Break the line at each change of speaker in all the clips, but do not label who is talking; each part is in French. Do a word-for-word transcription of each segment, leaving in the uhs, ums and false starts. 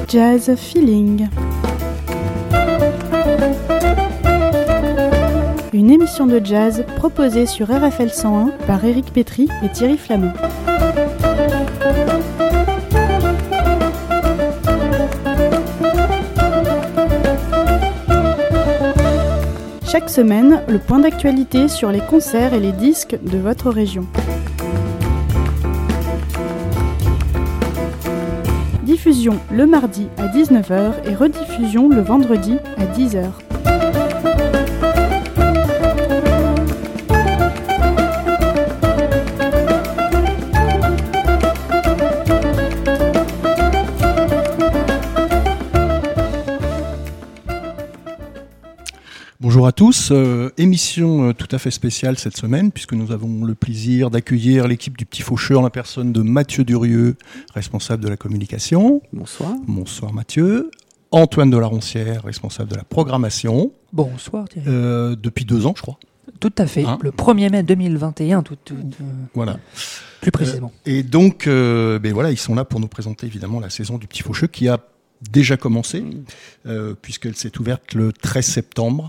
Jazz Feeling. Une émission de jazz proposée sur R F L cent un par Éric Pétry et Thierry Flamand. Chaque semaine, le point d'actualité sur les concerts et les disques de votre région. Diffusion le mardi à dix-neuf heures et rediffusion le vendredi à dix heures.
Bonjour à tous, euh, émission euh, tout à fait spéciale cette semaine puisque nous avons le plaisir d'accueillir l'équipe du Petit Faucheur en la personne de Mathieu Durieux, responsable de la communication.
Bonsoir.
Bonsoir Mathieu. Antoine de la Roncière, responsable de la programmation.
Bonsoir Thierry.
Euh, depuis deux ans je crois.
Tout à fait, hein, le premier mai deux mille vingt et un, tout, tout, tout,
voilà.
Plus précisément.
Euh, et donc, euh, ben voilà, ils sont là pour nous présenter évidemment la saison du Petit Faucheux qui a déjà commencé euh, puisqu'elle s'est ouverte le treize septembre.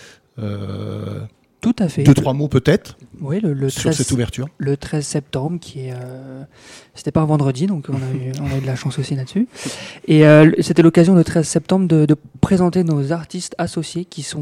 Euh,
Tout à fait.
Deux, trois mots peut-être
oui, le, le
sur
treize,
cette ouverture.
Le treize septembre, qui est, euh, c'était pas un vendredi, donc on a, eu, on a eu de la chance aussi là-dessus. Et euh, c'était l'occasion le treize septembre de, de présenter nos artistes associés qui sont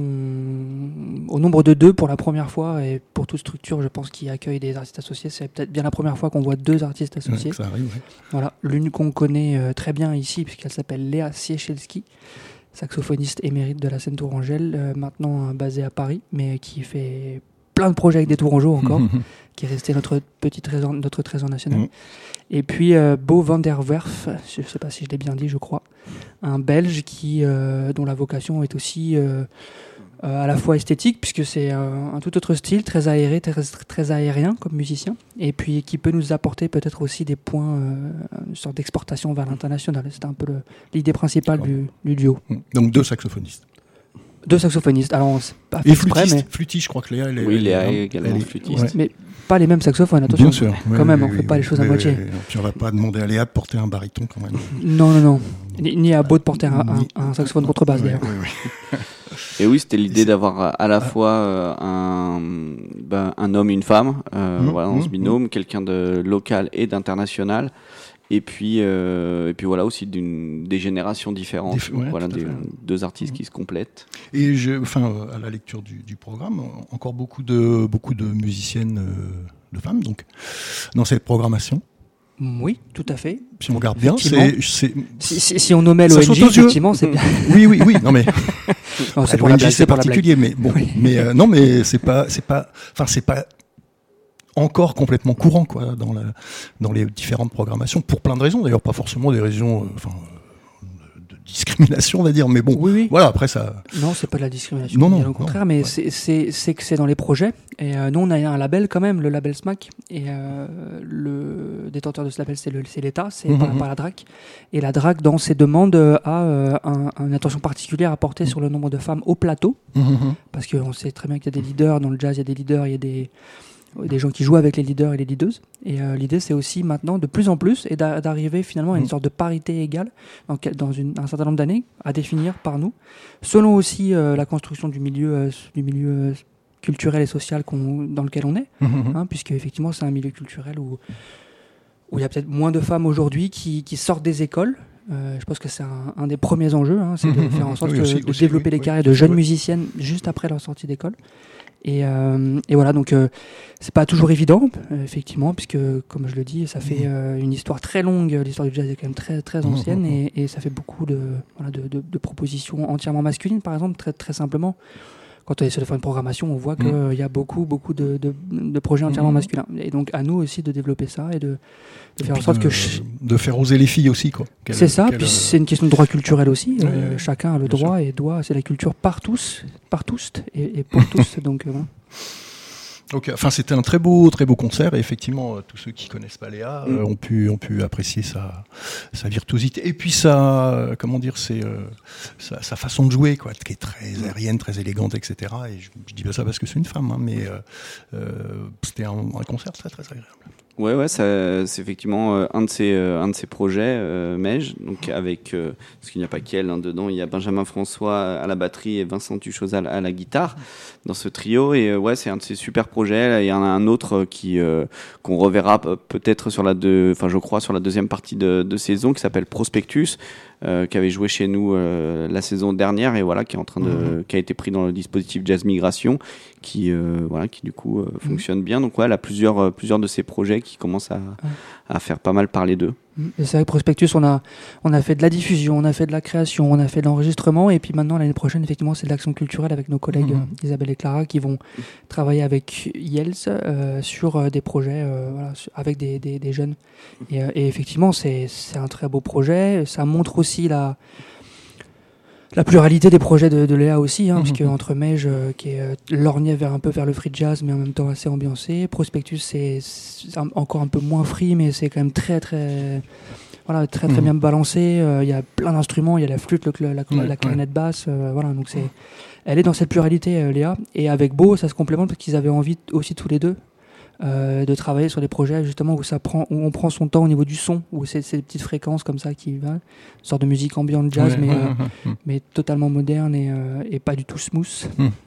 au nombre de deux pour la première fois. Et pour toute structure, je pense, qui accueille des artistes associés, c'est peut-être bien la première fois qu'on voit deux artistes associés.
Ouais, ça arrive, ouais.
Voilà, l'une qu'on connaît euh, très bien ici, puisqu'elle s'appelle Léa Siechelski, saxophoniste émérite de la scène tourangelle, euh, maintenant euh, basée à Paris, mais qui fait plein de projets avec des tourangeaux encore, qui est resté notre petit trésor, notre trésor national. Mmh. Et puis euh, Bo van der Werf, je ne sais pas si je l'ai bien dit, je crois, un Belge qui, euh, dont la vocation est aussi euh, euh, à la fois esthétique, puisque c'est euh, un tout autre style, très aéré, très, très aérien comme musicien, et puis qui peut nous apporter peut-être aussi des points, euh, une sorte d'exportation vers l'international. C'était un peu le, l'idée principale du, du duo.
Donc deux saxophonistes.
Deux saxophonistes. Alors, c'est pas
et flûtiste,
près, mais...
flûtiste, je crois que Léa, elle est...
Oui, Léa
elle
est également
elle est,
flûtiste.
Ouais.
Mais pas les mêmes saxophones, attention.
Bien sûr.
Quand
oui,
même,
oui,
on ne fait
oui,
pas les choses à
oui,
moitié.
Oui, puis on ne va pas demander à Léa de porter un baryton quand même.
Non, non, non. Ni, ni à Beau de porter un, un, un saxophone contrebasse,
oui,
d'ailleurs.
Oui, oui.
Et oui, c'était l'idée d'avoir à la fois euh, un, ben, un homme et une femme, euh, mmh, voilà, dans mmh, ce binôme, mmh. quelqu'un de local et d'international. Et puis, euh, et puis voilà aussi d'une, des générations différentes, des, ouais, voilà, des, deux artistes mmh. qui se complètent.
Et je, enfin, à la lecture du, du programme, encore beaucoup de, beaucoup de musiciennes euh, de femmes donc, dans cette programmation.
Oui, tout à fait.
Si on regarde bien, c'est, c'est...
Si, si, si on nommait l'O N J, effectivement, c'est bien.
Oui, oui, oui. Non mais
non, c'est pour la blague,
c'est particulier, mais bon, oui. mais euh, non, mais c'est pas, c'est pas, enfin, c'est pas encore complètement courant, quoi, dans la, dans les différentes programmations, pour plein de raisons. D'ailleurs, pas forcément des raisons, enfin. Euh, discrimination, on va dire, mais bon,
oui, oui.
voilà, après ça...
Non, c'est pas de la discrimination,
non, non,
au contraire,
non,
mais
ouais.
c'est, c'est, c'est que c'est dans les projets, et euh, nous, on a un label quand même, le label S M A C, et euh, le détenteur de ce label, c'est, le, c'est l'État, c'est mmh, par, mmh. par la D R A C, et la D R A C, dans ses demandes, a euh, un, une attention particulière à porter mmh. sur le nombre de femmes au plateau, mmh. parce qu'on sait très bien qu'il y a des leaders, dans le jazz, il y a des leaders, il y a des... des gens qui jouent avec les leaders et les leadeuses. Et euh, l'idée, c'est aussi maintenant, de plus en plus, et d'a- d'arriver finalement à une mmh. sorte de parité égale dans, dans une, un certain nombre d'années, à définir par nous, selon aussi euh, la construction du milieu, euh, du milieu euh, culturel et social qu'on, dans lequel on est, mmh. hein, puisque effectivement, c'est un milieu culturel où où il y a peut-être moins de femmes aujourd'hui qui, qui sortent des écoles. Euh, je pense que c'est un, un des premiers enjeux, hein, c'est de faire en sorte oui, aussi, que, de aussi, développer oui, les oui, carrières oui, de jeunes oui. musiciennes juste après leur sortie d'école. Et, euh, et voilà, donc euh, c'est pas toujours évident, euh, effectivement, puisque comme je le dis, ça fait euh, une histoire très longue. L'histoire du jazz est quand même très très ancienne, et, et ça fait beaucoup de, voilà, de, de, de propositions entièrement masculines, par exemple, très très simplement. Quand on essaie de faire une programmation, on voit qu'il mmh. y a beaucoup, beaucoup de, de, de projets entièrement mmh. masculins. Et donc, à nous aussi de développer ça et de, de faire en sorte
de,
que... Ch-
de faire oser les filles aussi, quoi. Quelle,
c'est ça,
quelle,
puis c'est une question de droit culturel aussi.
Ouais,
euh,
ouais,
chacun a le droit sûr. Et doit... C'est la culture par tous, par tous et, et pour tous. Donc, euh, voilà.
Ok, enfin c'était un très beau, très beau concert et effectivement euh, tous ceux qui connaissent pas Léa euh,
mm.
ont pu, ont pu apprécier sa, sa virtuosité et puis sa, euh, comment dire, c'est euh, sa, sa façon de jouer quoi, qui est très aérienne, très élégante, et cetera. Et je, je dis pas ça parce que c'est une femme, hein, mais euh, euh, c'était un, un concert très très agréable.
Ouais, ouais, ça, c'est effectivement euh, un de ces euh, un de ces projets, euh, Mej, donc avec euh, parce qu'il n'y a pas qu'elle hein, dedans, il y a Benjamin François à la batterie et Vincent Tuchos à la, à la guitare dans ce trio et euh, ouais, c'est un de ces super projets. Là, il y en a un autre qui euh, qu'on reverra peut-être sur la deux, enfin je crois sur la deuxième partie de, de saison qui s'appelle Prospectus. Euh, qui avait joué chez nous euh, la saison dernière et voilà qui est en train de mmh. qui a été pris dans le dispositif Jazz Migration qui euh, voilà qui du coup euh, mmh. fonctionne bien. Donc ouais, elle a plusieurs euh, plusieurs de ces projets qui commencent à, mmh. à faire pas mal parler d'eux.
Et c'est vrai que Prospectus, on a on a fait de la diffusion, on a fait de la création, on a fait de l'enregistrement et puis maintenant l'année prochaine effectivement c'est de l'action culturelle avec nos collègues mmh. euh, Isabelle et Clara qui vont travailler avec Yels euh, sur euh, des projets euh, voilà, avec des, des, des jeunes et, euh, et effectivement c'est c'est un très beau projet. Ça montre aussi la la pluralité des projets de, de Léa aussi, hein, mmh, parce qu'entre Mej, euh, qui est euh, lorgné vers un peu vers le free jazz, mais en même temps assez ambiancé. Prospectus, c'est, c'est un, encore un peu moins free, mais c'est quand même très très voilà très très mmh. bien balancé. Il euh, y a plein d'instruments, il y a la flûte, le, la, la, la clarinette ouais. basse, euh, voilà. Donc c'est, elle est dans cette pluralité, euh, Léa. Et avec Beau, ça se complémente parce qu'ils avaient envie aussi tous les deux. Euh, de travailler sur des projets justement où ça prend, où on prend son temps au niveau du son, où c'est, c'est des petites fréquences comme ça qui va, une sorte de musique ambiante jazz, ouais, mais, ouais, euh, ouais. mais totalement moderne et, euh, et pas du tout smooth.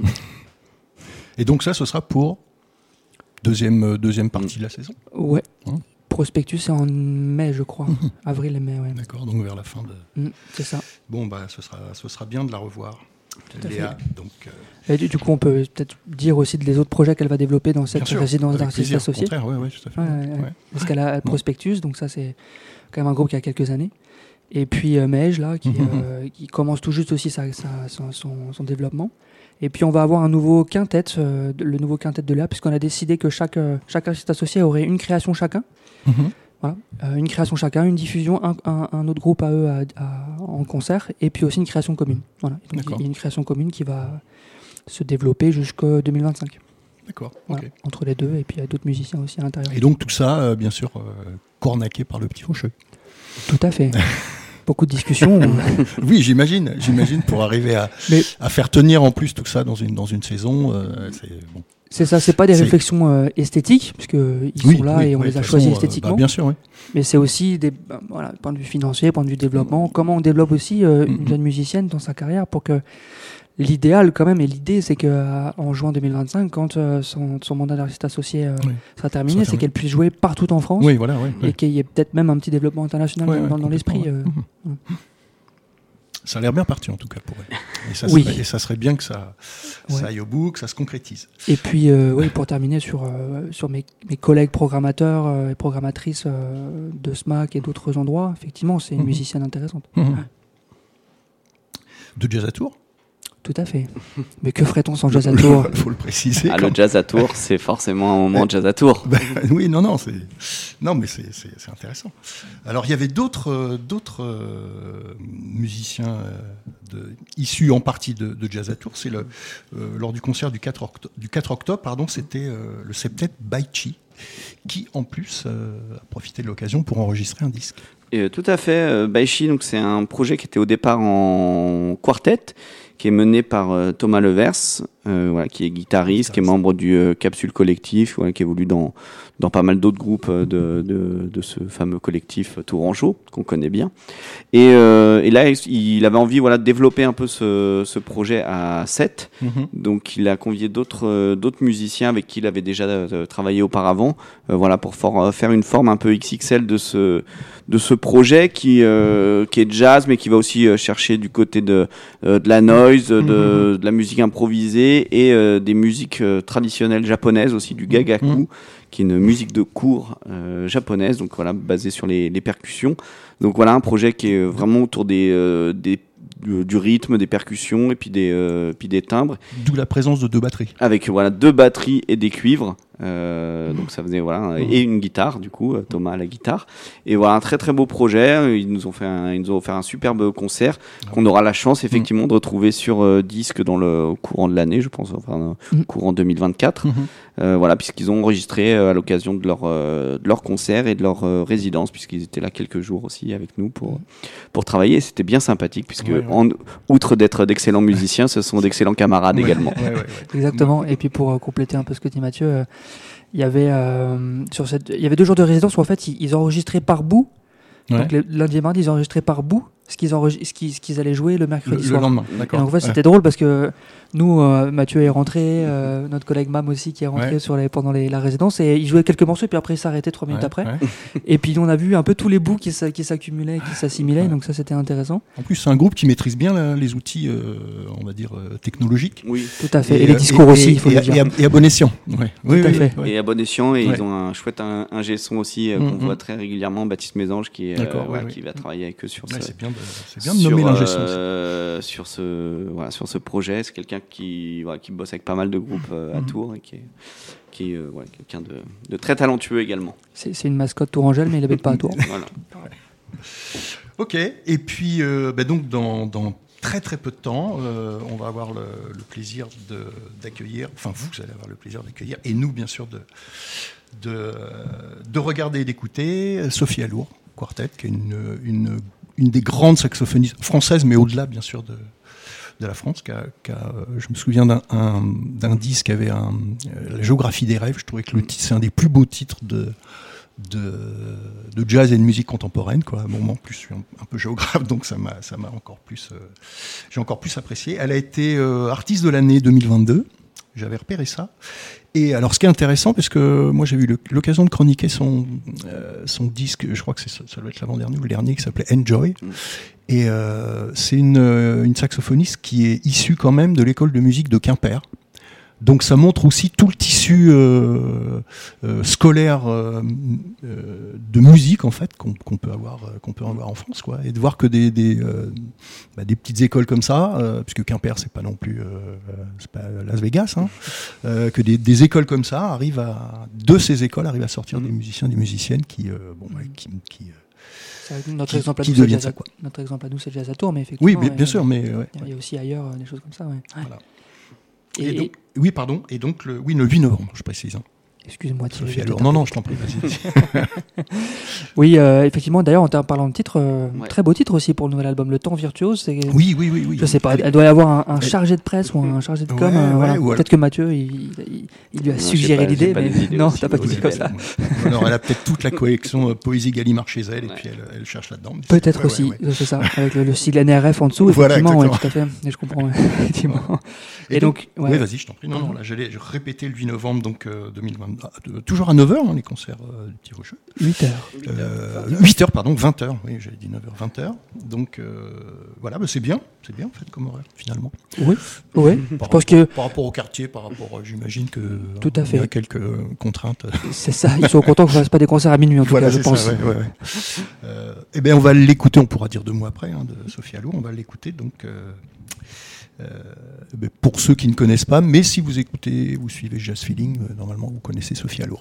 Et donc ça, ce sera pour deuxième deuxième partie de la saison.
Ouais. Hein Prospectus, c'est en mai, je crois, mmh. avril et mai. Ouais.
D'accord, donc vers la fin de.
Mmh, c'est ça.
Bon bah, ce sera ce sera bien de la revoir.
Tout à
Léa,
fait.
donc, euh...
Et du, du coup, on peut peut-être dire aussi des autres projets qu'elle va développer dans cette résidence d'artistes associés.
Ouais, ouais, tout à fait.
Ouais, ouais, ouais. Parce qu'elle a Prospectus, donc ça c'est quand même un groupe qui a quelques années. Et puis euh, Mej, là, qui, euh, qui commence tout juste aussi sa, sa, son, son, son développement. Et puis on va avoir un nouveau quintet, euh, le nouveau quintet de Léa, puisqu'on a décidé que chaque, euh, chaque artiste associé aurait une création chacun. Mm-hmm. Voilà. Euh, une création chacun, une diffusion, un, un, un autre groupe à eux à, à, en concert, et puis aussi une création commune. Voilà. Donc il y a une création commune qui va se développer jusqu'en deux mille vingt-cinq.
D'accord.
Voilà.
Okay.
Entre les deux, et puis il y a d'autres musiciens aussi à l'intérieur.
Et donc tout ça, euh, bien sûr, euh, cornaqué par le petit Faucheux.
Tout à fait. Beaucoup de discussions.
Oui, j'imagine, j'imagine pour arriver à, Mais... à faire tenir en plus tout ça dans une, dans une saison. Euh, c'est bon.
C'est ça, c'est pas des c'est... réflexions euh, esthétiques, puisqu'ils
oui,
sont là
oui,
et on
oui,
les a choisis
façon,
esthétiquement.
Euh, bah, bien sûr, oui.
Mais c'est aussi des, bah, voilà, point de vue financier, point de vue développement, comment on développe aussi euh, mm-hmm. une jeune musicienne dans sa carrière pour que l'idéal quand même, et l'idée c'est qu'en juin deux mille vingt-cinq, quand euh, son, son mandat d'artiste associé euh, oui. sera terminé, c'est qu'elle puisse jouer partout en France
oui, voilà, oui,
et
oui.
qu'il y ait peut-être même un petit développement international
oui,
dans,
oui,
dans, dans l'esprit.
Ouais.
Euh,
mm-hmm. ouais. Ça a l'air bien parti en tout cas pour elle. Et ça,
oui.
serait, et ça serait bien que ça, ouais. ça aille au bout, que ça se concrétise.
Et puis, euh, oui, pour terminer sur, euh, sur mes, mes collègues programmateurs euh, et programmatrices euh, de S M A C et d'autres endroits, effectivement, c'est une mmh. musicienne intéressante. Mmh. Ouais.
De Jazz à Tours ?
Tout à fait. Mais que ferait-on sans Jazz à Tours ?
Il faut le préciser.
Ah, le Jazz à Tours, c'est forcément un moment de Jazz à Tours.
Ben, oui, non, non, c'est, non, mais c'est, c'est, c'est intéressant. Alors, il y avait d'autres, euh, d'autres euh, musiciens euh, de, issus en partie de, de Jazz à Tours. C'est le, euh, lors du concert du quatre octobre, du quatre octobre pardon, c'était euh, le septet Baichi, qui en plus euh, a profité de l'occasion pour enregistrer un disque.
Et, tout à fait. Euh, Baichi, donc c'est un projet qui était au départ en quartet, qui est mené par euh, Thomas Levers, euh, voilà, qui est guitariste, qui est membre du euh, Capsule Collectif, voilà, qui évolue dans dans pas mal d'autres groupes euh, de, de de ce fameux collectif Tourangeau qu'on connaît bien. Et, euh, et là, il avait envie, voilà, de développer un peu ce ce projet à sept. Mm-hmm. Donc, il a convié d'autres euh, d'autres musiciens avec qui il avait déjà euh, travaillé auparavant, euh, voilà, pour for- faire une forme un peu X X L de ce de ce projet qui euh, qui est jazz, mais qui va aussi euh, chercher du côté de euh, de la noise, de, mm-hmm. de la musique improvisée et euh, des musiques euh, traditionnelles japonaises aussi, du gagaku, mm-hmm. qui est une musique de cour euh, japonaise, donc voilà, basée sur les, les percussions. Donc voilà, un projet qui est vraiment autour des euh, des du, du rythme, des percussions et puis des euh, puis des timbres.
D'où la présence de deux batteries.
Avec voilà deux batteries et des cuivres. Euh, donc ça faisait voilà mmh. et une guitare du coup, Thomas à la guitare, et voilà un très très beau projet. Ils nous ont fait un, ils nous ont offert un superbe concert mmh. qu'on aura la chance effectivement mmh. de retrouver sur euh, disque dans le courant de l'année, je pense, enfin mmh. courant deux mille vingt-quatre. Mmh. Euh, voilà, puisqu'ils ont enregistré euh, à l'occasion de leur euh, de leur concert et de leur euh, résidence, puisqu'ils étaient là quelques jours aussi avec nous pour pour travailler. Et c'était bien sympathique puisque ouais, ouais. En, outre d'être d'excellents musiciens, ce sont d'excellents camarades ouais, également.
Ouais, ouais, ouais.
Exactement. Et puis pour euh, compléter un peu ce que dit Mathieu. Euh, il y avait euh, sur cette, il y avait deux jours de résidence où en fait ils, ils enregistraient par bout. Ouais. Donc le lundi et mardi, ils enregistraient par bout ce qu'ils, enregist- ce qu'ils, ce qu'ils allaient jouer le mercredi
le,
soir.
Le lendemain, d'accord.
Et donc en fait, c'était
ouais.
drôle parce que nous, euh, Mathieu est rentré, euh, notre collègue Mam aussi qui est rentré
ouais.
sur les, pendant les, la résidence, et il jouait quelques morceaux et puis après il s'arrêtait trois minutes
ouais,
après.
Ouais.
Et puis on a vu un peu tous les bouts qui, qui s'accumulaient, qui s'assimilaient, ouais. donc ça c'était intéressant.
En plus, c'est un groupe qui maîtrise bien là, les outils, euh, on va dire, euh, technologiques.
Oui,
tout à fait. Et,
et
les discours
et,
aussi, il faut
et,
le dire.
Et à, et à bon escient. Ouais.
Tout oui, à oui, fait.
Ouais. Et à bon escient, et ouais. ils ont un chouette ingé son aussi euh, qu'on mmh, voit très régulièrement, Baptiste Mésange, qui, est, euh, ouais, ouais. qui va travailler avec eux sur
ouais,
ce.
C'est bien de, c'est bien de nommer l'ingé son.
Euh, sur ce, voilà, sur ce projet, c'est quelqu'un qui, voilà, qui bosse avec pas mal de groupes euh, à mmh. Tours et qui est, qui est euh, voilà, quelqu'un de, de très talentueux également.
C'est, c'est une mascotte tourangelle, mais il n'habite pas à Tours.
Voilà.
Ok, et puis euh, bah donc dans, dans très très peu de temps, euh, on va avoir le, le plaisir de, d'accueillir, enfin vous, vous allez avoir le plaisir d'accueillir, et nous bien sûr de, de, de regarder et d'écouter Sophie Allour Quartet, qui est une, une, une des grandes saxophonistes françaises, mais au-delà bien sûr de, de la France, qui a, qui a, je me souviens d'un, un, d'un disque qui avait un, la géographie des rêves. Je trouvais que le titre, c'est un des plus beaux titres de, de, de jazz et de musique contemporaine, quoi. À un moment, en plus, je suis un, un peu géographe, donc ça m'a, ça m'a encore plus, euh, j'ai encore plus apprécié. Elle a été euh, artiste de l'année deux mille vingt-deux. J'avais repéré ça. Et alors, ce qui est intéressant, parce que moi, j'ai eu le, l'occasion de chroniquer son, euh, son disque, je crois que c'est, ça doit être l'avant-dernier ou le dernier, qui s'appelait Enjoy. Mmh. Et euh, c'est une, une saxophoniste qui est issue quand même de l'école de musique de Quimper. Donc ça montre aussi tout le tissu euh, euh, scolaire euh, euh, de musique en fait qu'on, qu'on peut avoir euh, qu'on peut avoir en France, quoi. Et de voir que des des, euh, bah, des petites écoles comme ça, euh, puisque Quimper c'est pas non plus euh, c'est pas Las Vegas, hein, euh, que des, des écoles comme ça arrivent à de ces écoles arrivent à sortir des musiciens, des musiciennes qui euh, bon ouais, qui, qui euh,
Notre
qui,
exemple,
qui
à nous,
devient
c'est
ça, quoi.
Notre exemple à nous, c'est Jazz à Tours, mais effectivement.
Oui, bien, bien sûr, mais ouais,
il y a aussi ailleurs des choses comme ça. Ouais.
Voilà.
Et,
et donc, oui, pardon. Et donc le, oui, le huit novembre, je précise. Hein.
Excuse-moi,
Sophie, alors, non, non, je t'en prie, vas-y.
Oui, euh, effectivement, d'ailleurs, en parlant de titre, euh,
ouais.
très beau titre aussi pour le nouvel album, Le Temps Virtuose. C'est...
Oui, oui, oui, oui.
Je sais pas, elle doit y avoir un, un chargé de presse ou un chargé de com.
Ouais,
euh,
ouais,
voilà.
voilà.
Peut-être que Mathieu, il, il, il lui a non, suggéré
pas,
l'idée, mais non,
aussi,
t'as pas tout dit comme ça.
Ouais. Alors, elle a peut-être toute la collection euh, Poésie Gallimard chez elle, ouais. et puis elle, elle cherche là-dedans.
Peut-être
ouais,
aussi,
ouais, ouais.
c'est ça, avec le, le sigle N R F en dessous,
voilà,
effectivement, ouais, tout à fait, et je comprends, effectivement.
Et, et donc, donc ouais. oui, vas-y, je t'en prie. Non, non, là, j'allais répéter le huit novembre, donc euh, deux mille vingt, euh, toujours à neuf heures, hein, les concerts euh, du Petit Rocheux.
huit heures.
Euh, huit heures, pardon, vingt heures, oui, j'avais dit neuf heures, vingt heures. Donc, euh, voilà, bah, c'est bien, c'est bien, en fait, comme horaire, finalement.
Oui, oui.
Par,
je pense que...
par rapport au quartier, par rapport, j'imagine que...
Tout à fait.
Il y a quelques contraintes.
C'est ça, ils sont contents qu'on ne fasse pas des concerts à minuit, en tout
voilà,
cas, je pense.
Ça, ouais, ouais, ouais. euh, eh bien, on va l'écouter, on pourra dire deux mots après, hein, de Sophie Allour, on va l'écouter, donc... Euh, Euh, pour ceux qui ne connaissent pas, mais si vous écoutez, vous suivez Jazz Feeling, euh, normalement vous connaissez Sophie Allour.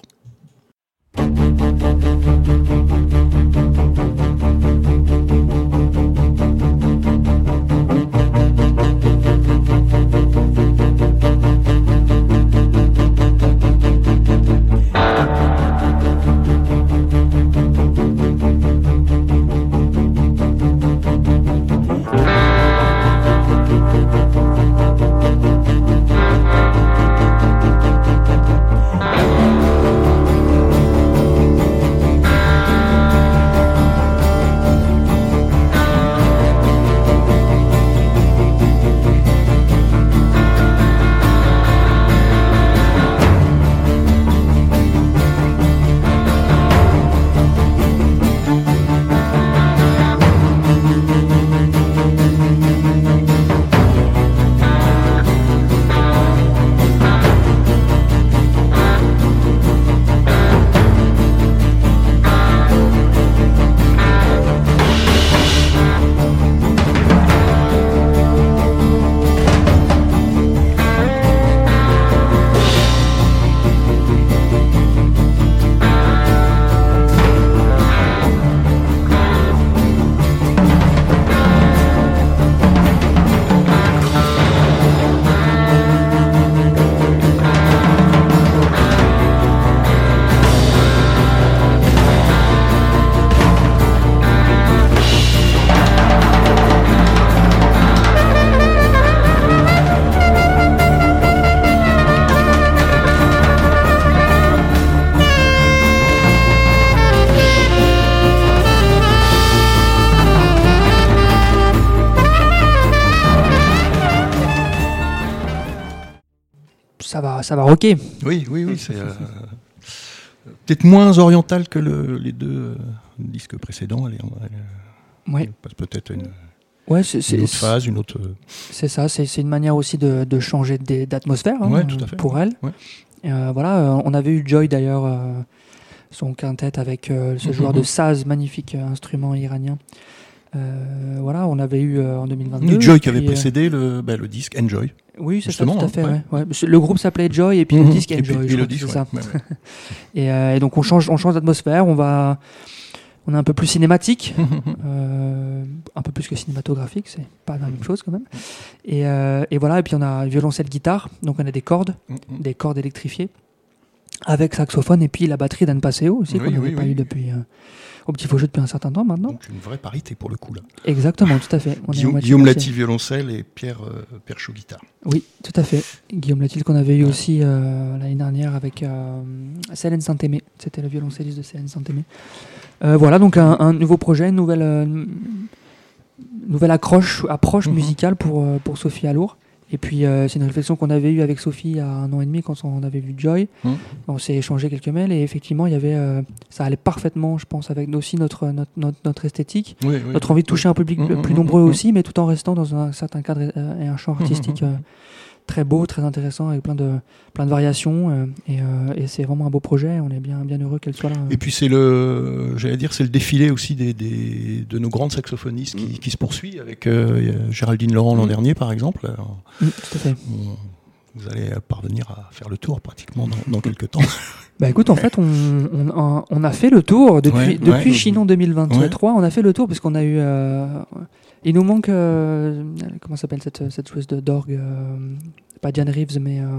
ça va, ça va rocker.
Oui, oui, oui, c'est euh, peut-être moins oriental que le, les deux euh, disques précédents. Elle, elle,
ouais.
elle passe peut-être une,
ouais, c'est, c'est,
une autre phase, une autre.
C'est ça, c'est, c'est une manière aussi de, de changer d'atmosphère hein,
ouais, tout à fait,
pour
ouais.
elle.
Ouais.
Et, euh, voilà, euh, on avait eu Joy d'ailleurs, euh, son quintet avec euh, ce joueur mm-hmm. de saz, magnifique euh, instrument iranien. Euh, voilà, on avait eu euh, en deux mille vingt-deux.
Joy qui avait précédé euh... le, bah, le disque Enjoy.
Oui, c'est ça, tout à fait. Ouais. Ouais. Ouais. Le groupe s'appelait Joy et puis mmh, le disque Enjoy.
Et, puis, et le disque,
c'est
ouais.
ça. Ouais, ouais. et, euh, et donc on change, on change d'atmosphère. On va, on est un peu plus cinématique, euh, un peu plus que cinématographique. C'est pas la même chose quand même. Et, euh, et voilà. Et puis on a violoncelle, guitare. Donc on a des cordes, mmh. des cordes électrifiées, avec saxophone et puis la batterie d'Anne Passeo aussi oui, qu'on n'avait oui, pas oui. eu depuis. Euh, au Petit Faucheux depuis un certain temps maintenant.
Donc une vraie parité pour le coup là.
Exactement, tout à fait.
On Guillaume, Guillaume Lati violoncelle et Pierre euh, Perchaud guitare.
Oui, tout à fait. Guillaume Lati qu'on avait eu ouais. aussi euh, l'année dernière avec euh, Célène Saint-Aimé. C'était le violoncelliste de Célène Saint-Aimé. Euh, voilà, donc un, un nouveau projet, une nouvelle, euh, nouvelle accroche, approche mm-hmm. musicale pour, euh, pour Sophie Allour. Et puis euh, c'est une réflexion qu'on avait eue avec Sophie il y a un an et demi quand on avait vu Joy. Mmh. On s'est échangé quelques mails et effectivement il y avait, euh, ça allait parfaitement, je pense, avec aussi notre notre notre, notre esthétique, oui, oui, notre envie de toucher oui. un public mmh, plus mmh, nombreux mmh. aussi, mais tout en restant dans un certain cadre et un champ artistique mmh. euh, très beau, très intéressant, avec plein de plein de variations. Euh, et, euh, et c'est vraiment un beau projet. On est bien bien heureux qu'elle soit là.
Et puis c'est le, j'allais dire, c'est le défilé aussi des, des de nos grandes saxophonistes qui, mmh. qui se poursuit avec euh, Géraldine Laurent l'an mmh. dernier par exemple. Alors,
mmh, tout à fait.
On, vous allez parvenir à faire le tour pratiquement dans, dans quelques temps.
Bah écoute, en fait, on, on, on a fait le tour depuis, ouais, depuis ouais, Chinon deux mille vingt-trois. Ouais. On a fait le tour parce qu'on a eu. Euh, il nous manque. Euh, comment s'appelle cette, cette joueuse de d'orgue euh, pas Diane Reeves, mais. Euh,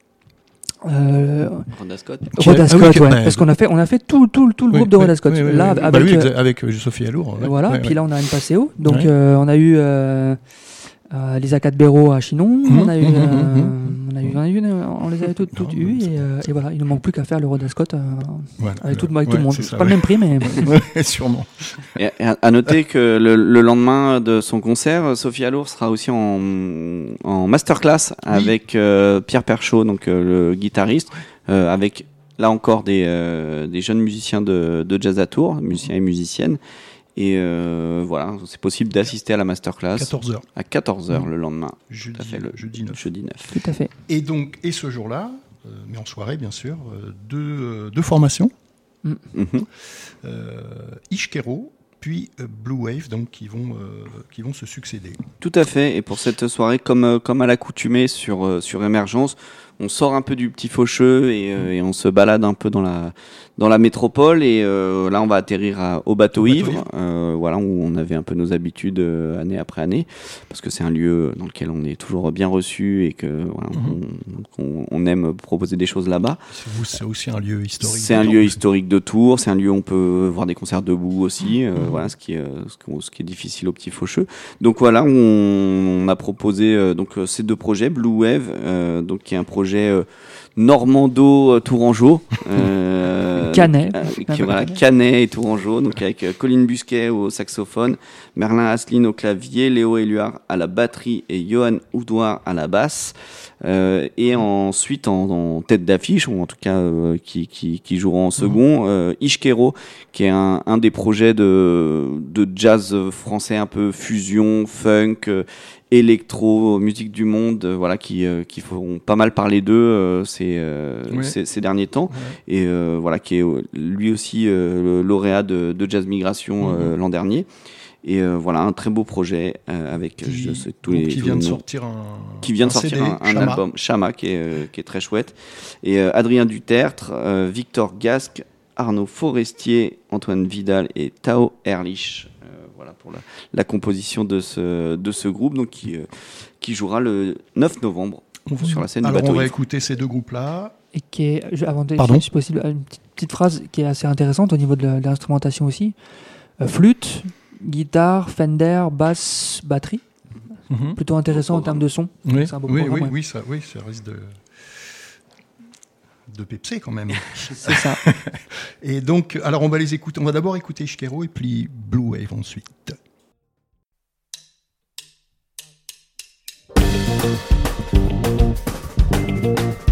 Euh, Rhoda Scott.
Rhoda Scott,
ah oui,
ouais.
bah,
parce qu'on a fait, on a fait tout, tout, tout le
oui,
groupe de
oui,
Rhoda Scott.
Oui, oui,
là,
oui.
avec,
Bah oui,
euh,
avec Sophie Allour. Ouais.
Voilà.
Ouais,
puis
ouais.
là, on a une Passeo. Donc,
ouais.
euh, on a eu euh, euh, Lisa Cadbero à Chinon. Mmh, on a eu, mmh, euh, mmh. on a eu, on a eu, on les avait toutes, toutes non, eues. Et, euh, et voilà, il ne manque plus qu'à faire le Rhoda Scott euh, voilà, avec, tout, avec ouais, tout le monde. C'est, c'est pas ouais. le même prix, mais.
ouais, sûrement.
Et à noter que le, le lendemain de son concert, Sophie Allour sera aussi en, en masterclass oui. avec euh, Pierre Perchaud, donc euh, le guitariste, euh, avec là encore des, euh, des jeunes musiciens de, de jazz à Tours, musiciens et musiciennes. Et euh, voilà, c'est possible d'assister à la masterclass
quatorze heures.
À quatorze heures mmh. le lendemain.
Jeudi,
tout à fait, le
jeudi neuf.
Jeudi neuf.
Tout à fait.
Et donc, et ce jour-là, euh, mais en soirée bien sûr, euh, deux, euh, deux formations. Mmh. Mmh. Euh, Ishkero, puis euh, Blue Wave, donc qui vont, euh, qui vont se succéder.
Tout à fait. Et pour cette soirée, comme, euh, comme à l'accoutumée sur, euh, sur Émergence, on sort un peu du Petit Faucheux et, euh, et on se balade un peu dans la dans la métropole et euh, là on va atterrir à, au bateau, au ivre, bateau ivre. Euh, voilà, où on avait un peu nos habitudes euh, année après année, parce que c'est un lieu dans lequel on est toujours bien reçu et que voilà, mm-hmm. on, on, on aime proposer des choses là-bas.
C'est, c'est aussi un lieu historique.
C'est un lieu historique de Tours, c'est un lieu où on peut voir des concerts debout aussi, euh, mm-hmm. voilà, ce qui est ce, ce qui est difficile au Petit Faucheux. Donc voilà, on, on a proposé euh, donc ces deux projets, Blue Wave, euh, donc qui est un projet euh, normando-tourangeau. Euh,
Canet.
Euh, qui, voilà, Canet et Tourangeau, donc avec euh, Colline Busquet au saxophone, Merlin Asseline au clavier, Léo Éluard à la batterie et Johan Houdoir à la basse. Euh, et ensuite en, en tête d'affiche, ou en tout cas euh, qui, qui, qui joueront en second, euh, Ishkero, qui est un, un des projets de, de jazz français un peu fusion, funk, euh, électro, musique du monde, euh, voilà, qui, euh, qui font pas mal parler d'eux euh, ces, euh, ouais. ces, ces derniers temps, ouais. et euh, voilà, qui est lui aussi euh, le lauréat de, de Jazz Migration euh, mmh. l'an dernier. Et euh, voilà, un très beau projet euh, avec
qui,
je sais, tous les
qui
tous
vient
les
de sortir un
qui vient de
un
sortir
C D,
un, un
Chama.
album Chama qui est euh, qui est très chouette. Et euh, Adrien Dutertre, euh, Victor Gasque, Arnaud Forestier, Antoine Vidal et Tao Erlich. Euh, voilà pour la, la composition de ce de ce groupe, donc qui euh, qui jouera le neuf novembre
mmh.
sur la scène
Alors
du bateau.
On va
Ivre.
écouter ces deux groupes-là.
Et qui est, avant de,
Pardon
si possible, une petite, petite phrase qui est assez intéressante au niveau de, la, de l'instrumentation aussi. Euh, flûte, guitare, Fender, basse, batterie. Mm-hmm. Plutôt intéressant en termes de son.
Oui,
c'est un beau
oui,
programme,
oui,
ouais.
oui, ça, oui, ça risque de de pepser quand même.
C'est ça.
Et donc, alors on va les écouter. On va d'abord écouter Ishkero et puis Blue Wave ensuite. Thank you.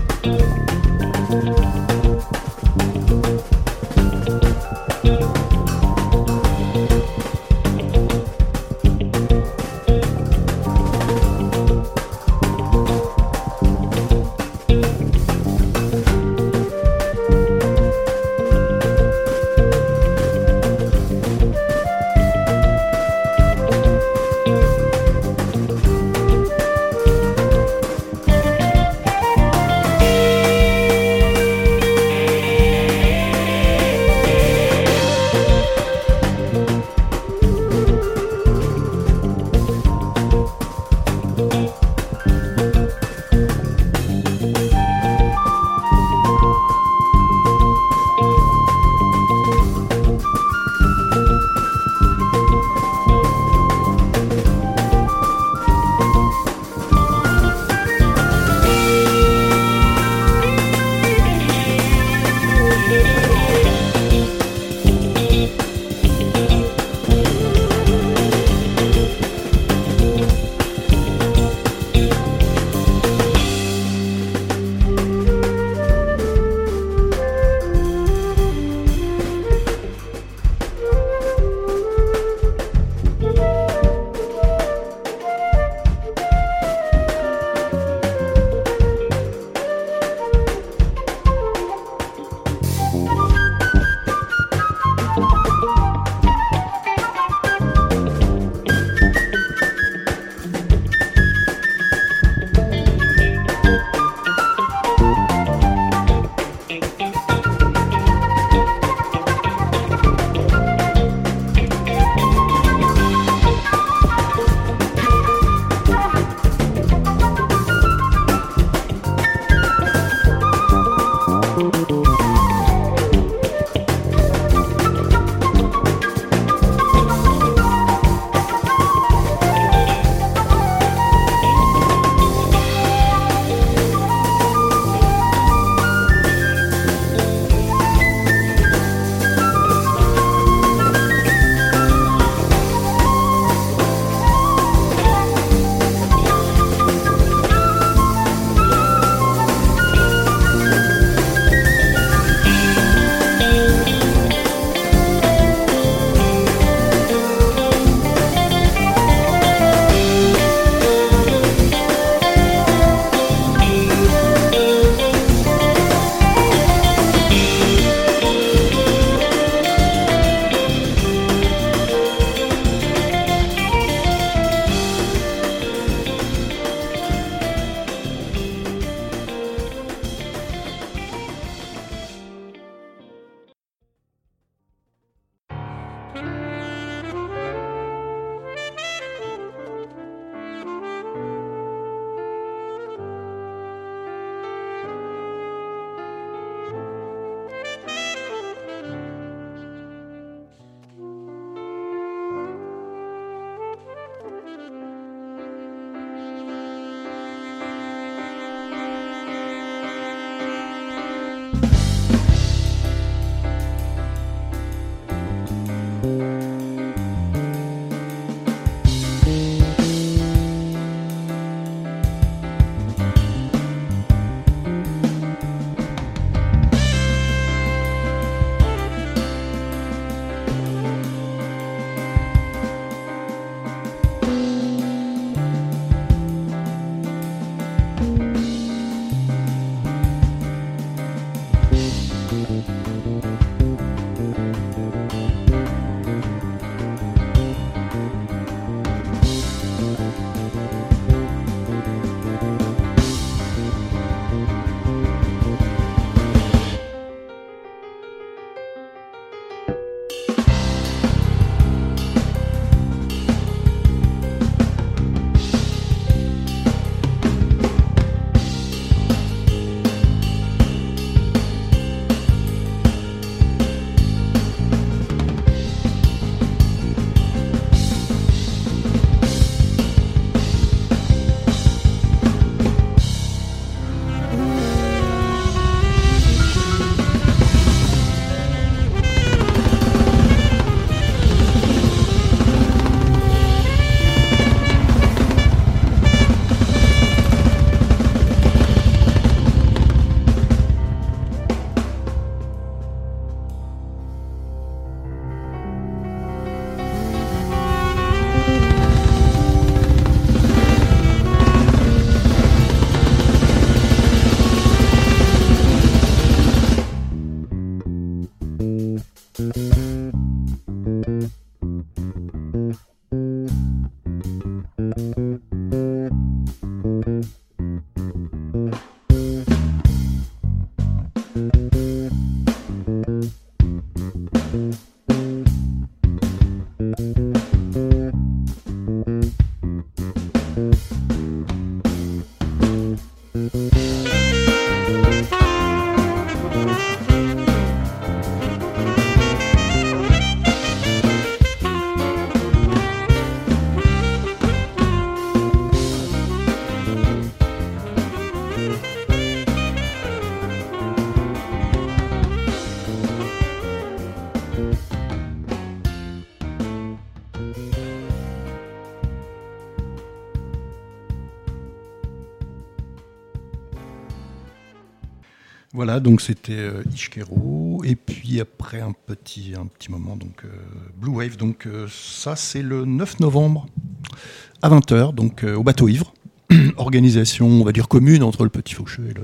Voilà, donc c'était euh, Ishkero, et puis après un petit, un petit moment, donc euh, Blue Wave, donc euh, ça c'est le neuf novembre à vingt heures, donc euh, au Bateau Ivre, organisation, on va dire, commune entre le Petit Faucheux et le...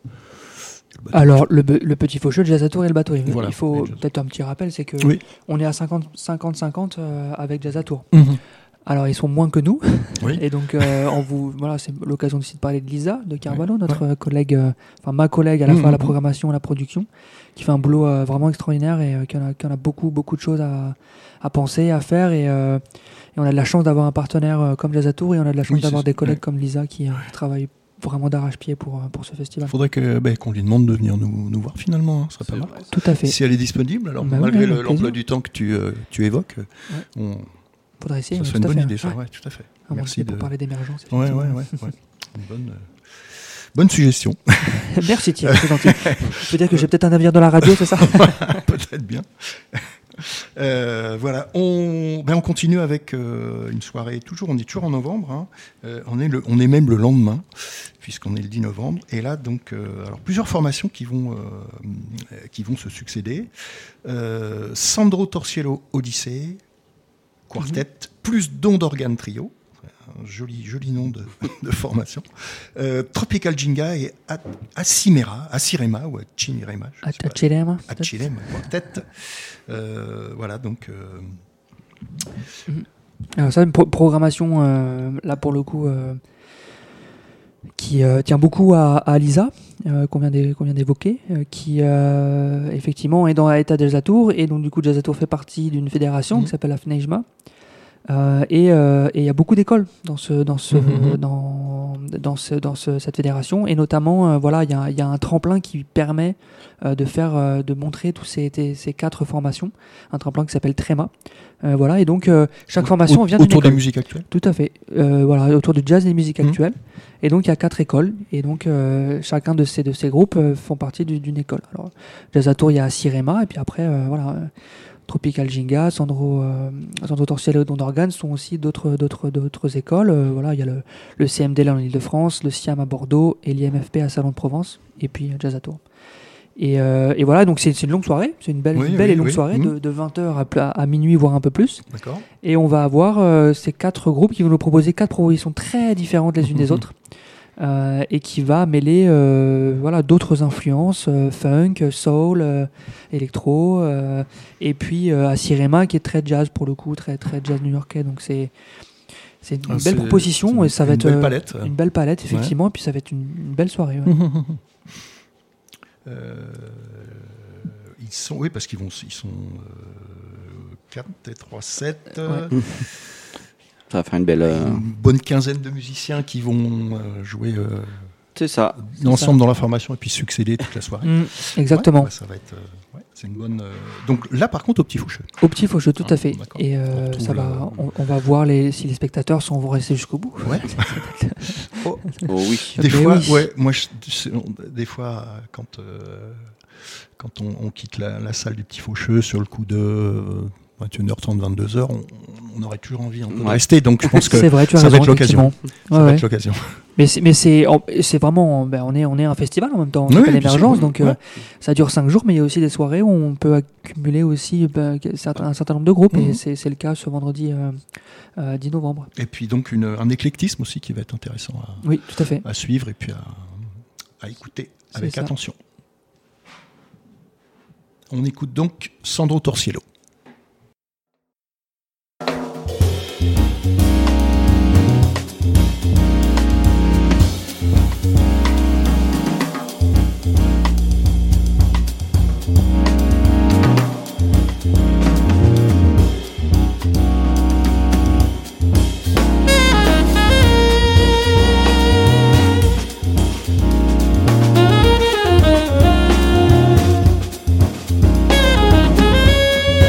le
Alors, le, le Petit Faucheux, le Jazz à Tours et le Bateau Ivre.
Voilà,
il faut peut-être un petit rappel, c'est que
oui.
on est à cinquante cinquante euh, avec Jazz à Tours.
Mm-hmm.
Alors, ils sont moins que nous.
Oui.
Et donc, euh, on vous, voilà, c'est l'occasion aussi de parler de Lisa, de Carvalho,
oui.
notre
ouais.
collègue, euh, enfin ma collègue à la
mmh,
fois à la
mmh.
programmation et à la production, qui fait un boulot euh, vraiment extraordinaire et euh, qui, en a, qui en a beaucoup, beaucoup de choses à, à penser, à faire. Et, euh, et on a de la chance d'avoir un partenaire euh, comme Jazz à Tours et on a de la chance
oui,
d'avoir des collègues
ouais.
comme Lisa qui, euh, qui travaillent vraiment d'arrache-pied pour, pour ce festival.
Il faudrait que, bah, qu'on lui demande de venir nous, nous voir finalement, hein, ce serait
C'est
pas mal.
vrai,
Tout à fait.
Si elle est disponible, alors
Bah
malgré
oui,
le,
avec
l'emploi
plaisir.
du temps que tu, euh, tu évoques,
Ouais.
on,
Faudrait essayer.
ça
oui,
serait
tout
une
à
bonne
fait.
idée, ça,
Ouais.
ouais, tout à fait.
Ah,
Merci
pour
de...
parler d'émergence.
Ouais, ouais,
effectivement.
ouais, ouais. Une bonne, euh, bonne suggestion.
Merci Thierry, c'est gentil. Je peux dire que j'ai peut-être un avenir dans la radio, c'est ça?
Peut-être bien. Euh, voilà, on, ben on continue avec euh, une soirée, toujours, on est toujours en novembre, hein. euh, on, est le, on est même le lendemain, puisqu'on est le dix novembre, et là, donc, euh, alors, plusieurs formations qui vont, euh, qui vont se succéder. Euh, Sandro Torciello Odyssée, quartet, mm-hmm. plus Don d'organe trio, un joli, joli nom de, de formation. Euh, Tropical Jinga et Acimera, Acirema ou Achinirema.
Acirema.
Acirema, quartet. Euh, voilà, donc. Euh...
Alors ça, une pro- programmation, euh, là pour le coup, euh, qui euh, tient beaucoup à, à Lisa, euh, qu'on vient, d'é- qu'on vient d'évoquer, euh, qui euh, effectivement est dans l'État de Jazz à Tours, et donc du coup Jazz à Tours fait partie d'une fédération mmh. qui s'appelle la FNEJMA. Euh, et il euh, y a beaucoup d'écoles dans, ce, dans, ce, mmh. dans, dans, ce, dans ce, cette fédération, et notamment, euh, voilà, il y, y a un tremplin qui permet euh, de faire, euh, de montrer tous ces, ces quatre formations, un tremplin qui s'appelle Tréma. Euh, voilà, et donc euh, chaque formation
Au,
vient d'une
autour
école.
des musiques actuelles.
Tout à fait, euh, voilà, autour du jazz et des musiques
mmh.
actuelles. Et donc il y a quatre écoles, et donc euh, chacun de ces, de ces groupes euh, font partie du, d'une école. Alors, Jazz à Tours, il y a Sirema, et puis après, euh, voilà. Euh, Tropical Jinga, Sandro, euh, Sandro Torciello et Don d'organe sont aussi d'autres, d'autres, d'autres écoles. Euh, voilà, il y a le, le C M D là en Ile-de-France, le SIAM à Bordeaux et l'I M F P à Salon de Provence, et puis Jazz à Tours. Et, euh, et voilà, donc c'est, c'est une longue soirée, c'est une belle,
oui,
une belle
oui,
et longue
oui.
soirée
mmh.
de, de vingt heures à, à minuit, voire un peu plus.
D'accord.
Et on va avoir euh, ces quatre groupes qui vont nous proposer quatre propositions très différentes les unes mmh. des autres. Euh, et qui va mêler euh, voilà, d'autres influences, euh, funk, soul, euh, électro, euh, et puis euh, Acirema qui est très jazz pour le coup, très, très jazz new-yorkais. Donc c'est, c'est une ah, belle c'est, proposition, c'est une, et ça va
une
être
belle palette.
une belle palette effectivement,
ouais.
Et puis ça va être une, une belle soirée. Ouais.
euh, ils sont, oui, parce qu'ils vont, ils sont euh, quatre et trois, sept. Ouais.
Ça va faire une belle. Euh...
Une bonne quinzaine de musiciens qui vont euh, jouer euh,
c'est ça.
ensemble dans la formation et puis succéder toute la soirée.
Mmh, exactement.
Ouais, ouais, ça va être, euh, ouais, c'est une bonne. Euh... Donc là, par contre, au Petit Faucheux.
Au Petit Faucheux, tout ah, à fait.
D'accord.
Et euh, ça va. Le... On, on va voir les, si les spectateurs sont vont rester jusqu'au bout.
Ouais.
oh. oh oui.
Des
Mais
fois,
oui.
ouais. Moi, je, des fois, quand euh, quand on, on quitte la, la salle du Petit Faucheux sur le coup de euh, vingt et une heures trente, vingt-deux heures, on, on aurait toujours envie un peu ouais. de rester. Donc je pense que
c'est vrai, tu as
ça
raison,
va être l'occasion.
Ça
ouais, va
ouais.
être l'occasion.
Mais c'est, mais c'est, c'est vraiment, ben on est, on est un festival en même temps, on
oui,
s'appelle Émergence,
oui,
donc
ouais.
euh, ça dure cinq jours, mais il y a aussi des soirées où on peut accumuler aussi ben, certains, un certain nombre de groupes, mmh. et c'est, c'est le cas ce vendredi euh, euh, dix novembre.
Et puis donc une, un éclectisme aussi qui va être intéressant à,
oui, tout à fait.
à suivre et puis à, à écouter
c'est
avec
ça.
attention. On écoute donc Sandro Torciello.
Thank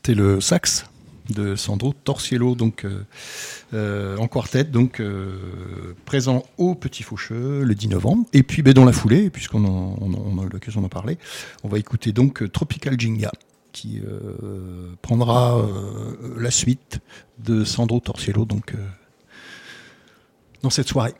c'était le sax de Sandro Torciello, donc euh, euh, en quartet, donc euh, présent au Petit Faucheux le dix novembre. Et puis ben, dans la foulée, puisqu'on en, on, on a eu l'occasion d'en parler, on va écouter donc Tropical Jinga, qui euh, prendra euh, la suite de Sandro Torciello donc, euh, dans cette soirée.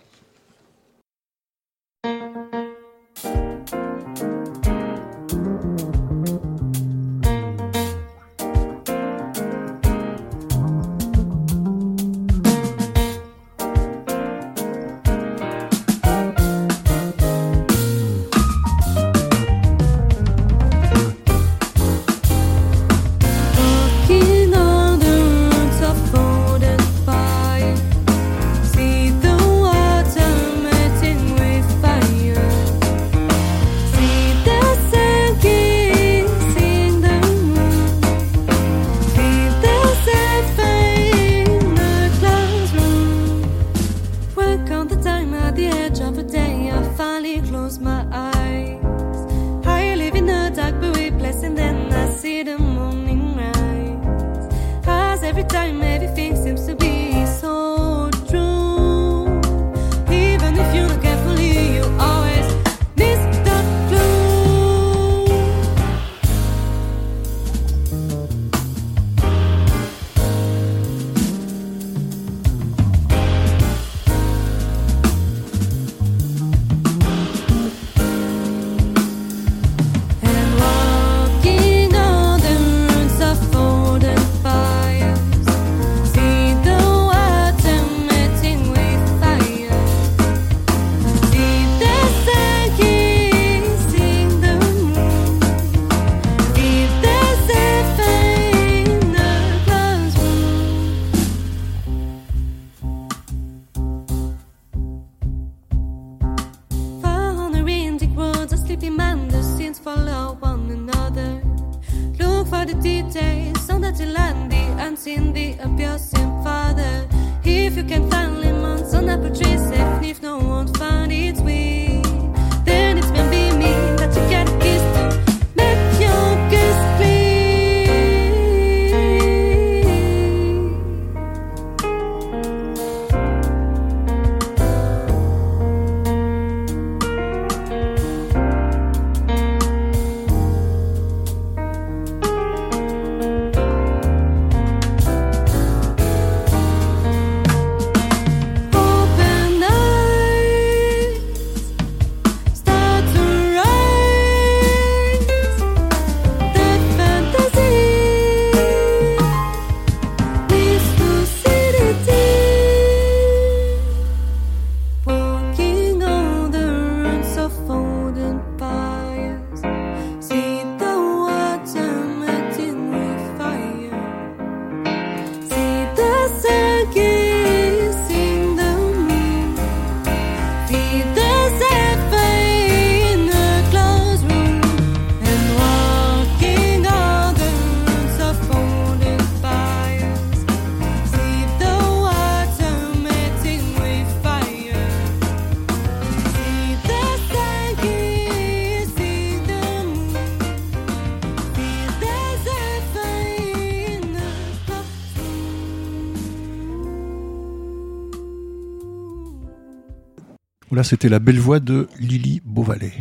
Là, c'était la belle voix de Lily Beauvalet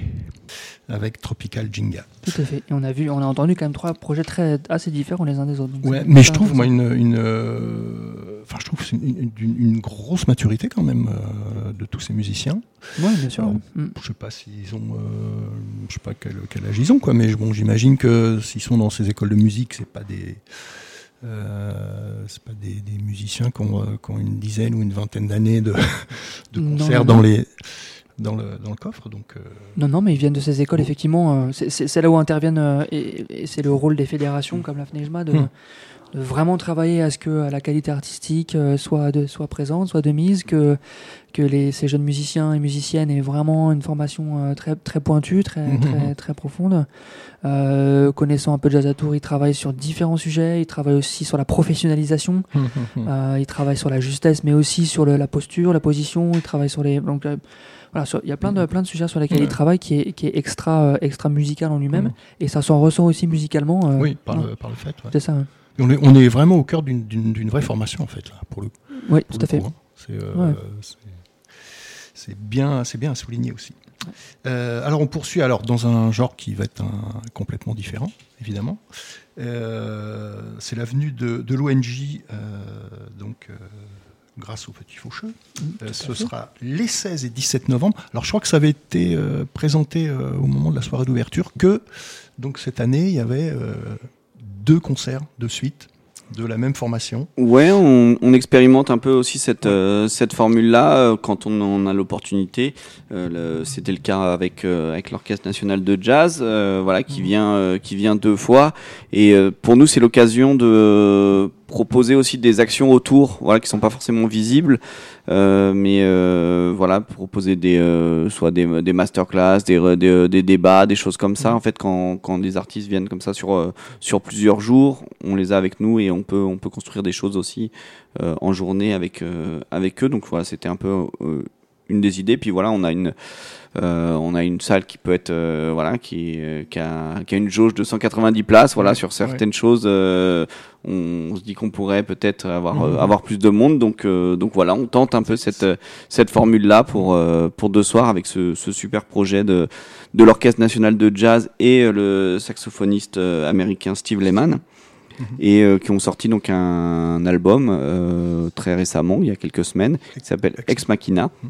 avec Tropical Jinga.
Tout à fait. Et on a vu, on a entendu quand même trois projets très assez différents les uns des autres.
Ouais, mais je trouve moi une, une, euh, enfin je trouve c'est une, une, une grosse maturité quand même euh, de tous ces musiciens.
Oui, bien sûr.
Alors, mm. Je sais pas s'ils ont, euh, je sais pas quel, quel âge ils ont quoi, mais bon, j'imagine que s'ils sont dans ces écoles de musique, c'est pas des Euh, c'est pas des, des musiciens qui ont, euh, qui ont une dizaine ou une vingtaine d'années de, de concerts non, non, dans, non. Les, dans, le, dans le coffre. Donc, euh...
Non, non, mais ils viennent de ces écoles, oh. effectivement. Euh, c'est, c'est, c'est là où interviennent, euh, et, et c'est le rôle des fédérations mmh. comme la FNEJMA de, mmh. de vraiment travailler à ce que la qualité artistique euh, soit, de, soit présente, soit de mise, que, que les, ces jeunes musiciens et musiciennes aient vraiment une formation euh, très, très pointue, très, mmh. très, très profonde. Euh, connaissant un peu Jazz à Tours, il travaille sur différents sujets. Il travaille aussi sur la professionnalisation. Mmh, mmh. Euh, il travaille sur la justesse, mais aussi sur le, la posture, la position. Il travaille sur les. Donc euh, voilà, sur, il y a plein de plein de sujets sur lesquels ouais. il travaille qui est qui est extra euh, extra musical en lui-même, mmh. et ça s'en ressent aussi musicalement. Euh,
oui, par le par le fait. Ouais.
C'est ça. Ouais.
On est, on est vraiment au cœur d'une, d'une, d'une vraie formation, en fait, là, pour le coup.
Oui, tout à fait.
Hein. C'est, euh, ouais. c'est, c'est, bien, c'est bien à souligner aussi. Euh, alors, on poursuit alors, dans un genre qui va être un, complètement différent, évidemment. Euh, c'est la venue de, de l'O N J, euh, donc, euh, grâce au Petit Faucheux. Mmh, euh, ce fait. sera les seize et dix-sept novembre. Alors, je crois que ça avait été euh, présenté euh, au moment de la soirée d'ouverture que, donc, cette année, il y avait... Euh, deux concerts de suite de la même formation.
Ouais, on, on expérimente un peu aussi cette euh, cette formule-là euh, quand on en a l'opportunité. Euh, le, c'était le cas avec euh, avec l'Orchestre national de jazz, euh, voilà, qui vient euh, qui vient deux fois. Et euh, pour nous, c'est l'occasion de euh, proposer aussi des actions autour, voilà, qui sont pas forcément visibles, euh, mais euh, voilà, proposer des euh, soit des des masterclass, des, des des débats, des choses comme ça. En fait, quand quand des artistes viennent comme ça sur euh, sur plusieurs jours, on les a avec nous et on peut on peut construire des choses aussi euh, en journée avec euh, avec eux. Donc voilà, c'était un peu euh, une des idées. Puis voilà, on a une Euh, on a une salle qui peut être euh, voilà qui euh, qui a qui a une jauge de cent quatre-vingt-dix places, voilà, ouais, sur certaines ouais. choses euh, on, on se dit qu'on pourrait peut-être avoir mmh. euh, avoir plus de monde, donc euh, donc voilà, on tente un peu cette cette formule là pour euh, pour deux soirs avec ce ce super projet de de l'Orchestre national de jazz et euh, le saxophoniste euh, américain Steve Lehman. Mmh. Et euh, qui ont sorti donc un, un album euh, très récemment, il y a quelques semaines, qui s'appelle Ex Machina. Mmh.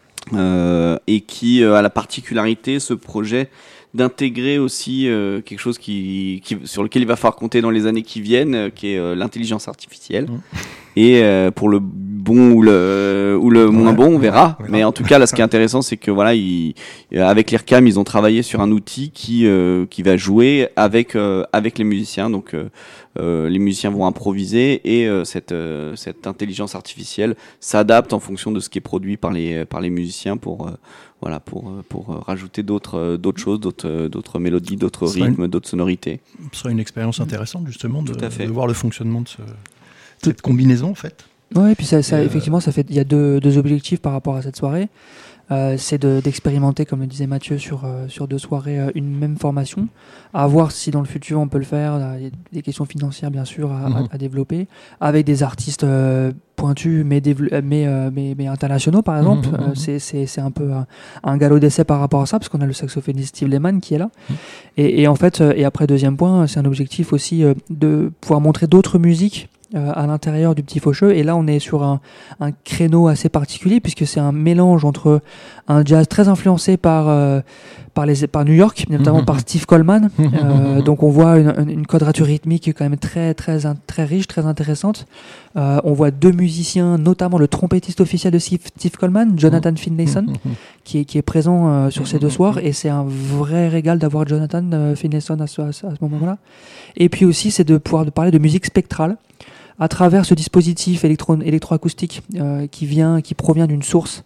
Euh, et qui euh, a la particularité, ce projet, d'intégrer aussi euh, quelque chose qui, qui, sur lequel il va falloir compter dans les années qui viennent, euh, qui est euh, l'intelligence artificielle. Mmh. Et euh, pour le bon ou le ou le ouais, moins bon, on verra. Ouais, mais en tout cas, là, ce qui est intéressant, c'est que voilà, ils, avec l'I R C A M, ils ont travaillé sur un outil qui euh, qui va jouer avec euh, avec les musiciens. Donc, euh, euh, les musiciens vont improviser et euh, cette euh, cette intelligence artificielle s'adapte en fonction de ce qui est produit par les par les musiciens pour euh, voilà pour pour rajouter d'autres d'autres choses, d'autres d'autres mélodies, d'autres rythmes, une, d'autres sonorités.
Ce sera une expérience intéressante justement de, de voir le fonctionnement de ce cette combinaison en fait.
Ouais, et puis ça, ça, effectivement, ça fait. Il y a deux, deux objectifs par rapport à cette soirée. Euh, c'est de, d'expérimenter, comme le disait Mathieu, sur euh, sur deux soirées euh, une même formation. À voir si dans le futur on peut le faire. Il y a des questions financières bien sûr à, mm-hmm. à, à développer, avec des artistes euh, pointus mais dévelop- mais, euh, mais mais internationaux par exemple. Mm-hmm. Euh, c'est c'est c'est un peu un, un galop d'essai par rapport à ça, parce qu'on a le saxophoniste Steve Lehman qui est là. Mm-hmm. Et, et en fait, euh, et après deuxième point, c'est un objectif aussi euh, de pouvoir montrer d'autres musiques Euh, à l'intérieur du Petit Faucheux, et là on est sur un, un créneau assez particulier puisque c'est un mélange entre un jazz très influencé par euh, par les par New York, notamment par Steve Coleman. Euh, donc on voit une, une, une quadrature rythmique quand même très très très riche, très intéressante. Euh, on voit deux musiciens, notamment le trompettiste officiel de Steve, Steve Coleman, Jonathan Finlayson, qui est qui est présent euh, sur ces deux soirs, et c'est un vrai régal d'avoir Jonathan euh, Finlayson à ce, à ce moment-là. Et puis aussi, c'est de pouvoir de parler de musique spectrale à travers ce dispositif électro- électroacoustique euh, qui vient, qui provient d'une source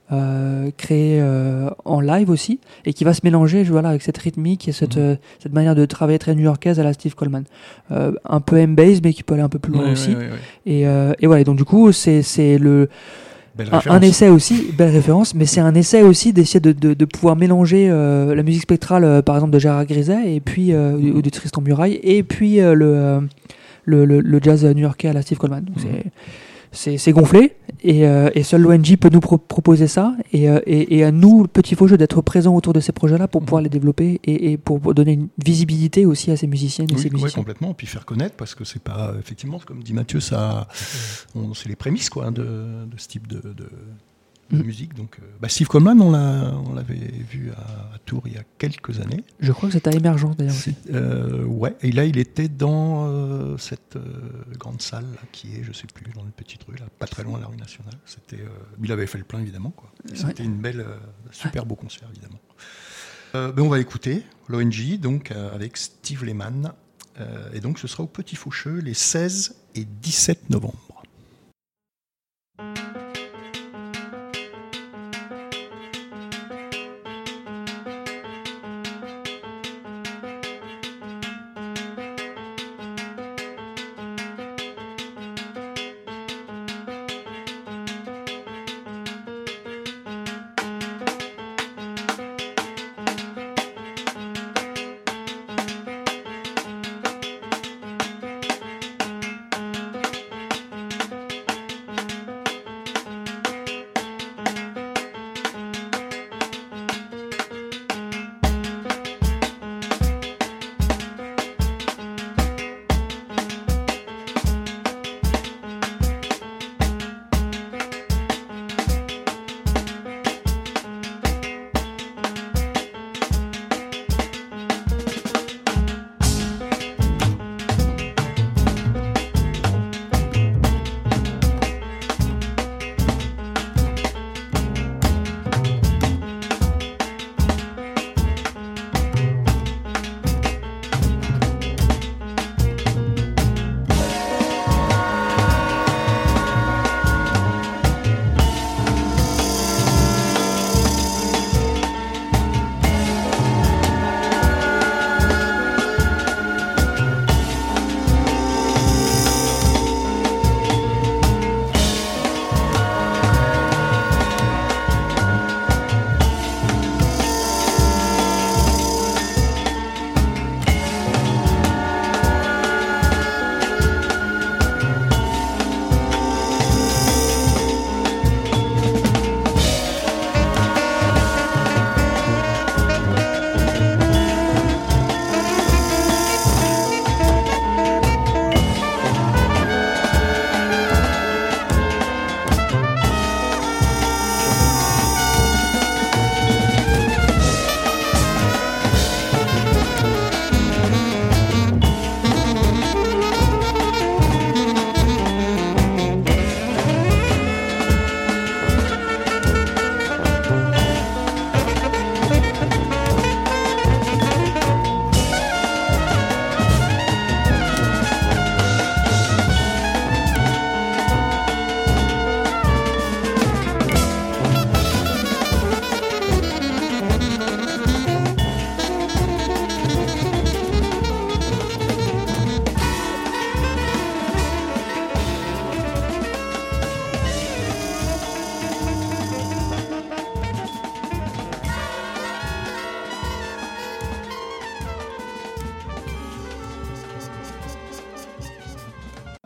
euh, créée euh, en live aussi, et qui va se mélanger, voilà, avec cette rythmique et cette, mmh. euh, cette manière de travailler très new-yorkaise à la Steve Coleman. Euh, un peu M-bass, mais qui peut aller un peu plus loin oui, aussi. Oui, oui, oui. Et, euh, et voilà, et donc du coup, c'est, c'est le... Un, un essai aussi, belle référence, mais c'est un essai aussi d'essayer de, de, de pouvoir mélanger euh, la musique spectrale, euh, par exemple de Gérard Griset, et puis euh, mmh. ou de Tristan Muraille, et puis euh, le... Euh, Le, le, le jazz new-yorkais à la Steve Coleman. Donc mmh. c'est, c'est, c'est gonflé, et, euh, et seul l'O N J peut nous pro- proposer ça, et, euh, et, et à nous, le Petit Faucheux, d'être présents autour de ces projets-là pour mmh. pouvoir les développer, et, et pour, pour donner une visibilité aussi à ces musiciennes et
oui,
ces musiciens.
Oui, complètement, puis faire connaître, parce que c'est pas, effectivement, comme dit Mathieu, ça, on, c'est les prémices quoi, de, de ce type de, de, de mmh. musique. Donc, euh, bah Steve Coleman, on, l'a, on l'avait vu à, à Tours il y a quelques années.
Je crois que c'était à Émergence d'ailleurs.
Euh, ouais, et là il était dans euh, cette euh, grande salle là, qui est, je sais plus, dans une petite rue, là, pas très loin de la rue nationale. C'était, euh, il avait fait le plein évidemment, quoi. C'était ouais. une belle, euh, super beau concert évidemment. Euh, ben on va écouter l'O N J donc euh, avec Steve Lehman, euh, et donc ce sera au Petit Faucheux les seize et dix-sept novembre.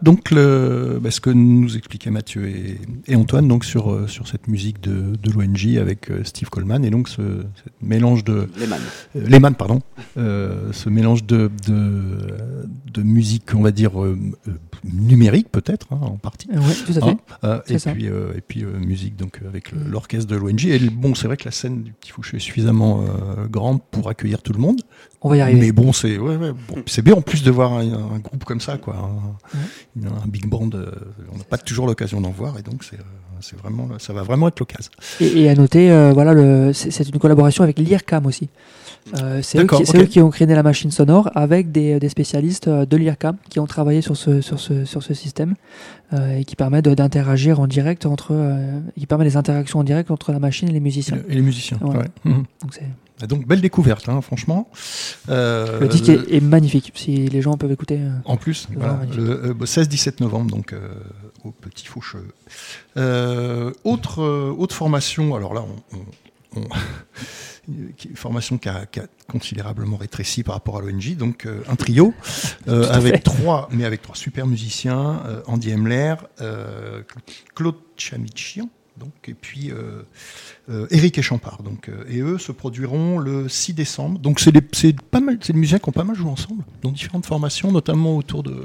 donc le, bah, ce que nous expliquaient Mathieu et, et Antoine donc sur euh, sur cette musique de, de l'O N J avec euh, Steve Coleman et donc ce, ce mélange de
Lehman,
euh, Lehman pardon, euh, ce mélange de, de de musique on va dire euh, euh, numérique peut-être hein, en partie.
Oui, tout à fait.
Hein, euh, et,
ça.
puis, euh, et puis euh, musique donc avec mmh. l'orchestre de l'O N J et bon c'est vrai que la scène du Petit Fouché est suffisamment euh, grande pour accueillir tout le monde.
On va y arriver.
Mais bon, c'est ouais, ouais, bon, c'est bien en plus de voir un, un groupe comme ça, quoi. Un, ouais. un big band, euh, on n'a pas toujours l'occasion d'en voir, et donc c'est, euh, c'est vraiment, ça va vraiment être l'occasion.
Et, et à noter, euh, voilà, le, c'est, c'est une collaboration avec l'IRCAM aussi. Euh, c'est eux, qui, okay. c'est eux qui ont créé la machine sonore avec des, des spécialistes de l'IRCAM qui ont travaillé sur ce, sur ce, sur ce système euh, et qui permet de, d'interagir en direct entre, euh, qui permet des interactions en direct entre la machine et les musiciens.
Et les musiciens. Voilà. Ouais. Mmh.
Donc c'est
Donc belle découverte, hein, franchement.
Euh, le disque est, est magnifique, si les gens peuvent écouter. Euh,
en plus, voilà, le euh, seize dix-sept novembre, donc euh, au Petit Faucheux. Euh, autre, euh, autre formation, alors là, on, on, on une formation qui a, qui a considérablement rétréci par rapport à l'O N J, donc euh, un trio euh, avec trois, mais avec trois super musiciens, euh, Andy Hemler, euh, Claude Chamichian, donc et puis euh, euh, Eric Echampard, donc euh, et eux se produiront le six décembre. Donc c'est des, c'est pas mal, c'est des musiciens qui ont pas mal joué ensemble dans différentes formations, notamment autour de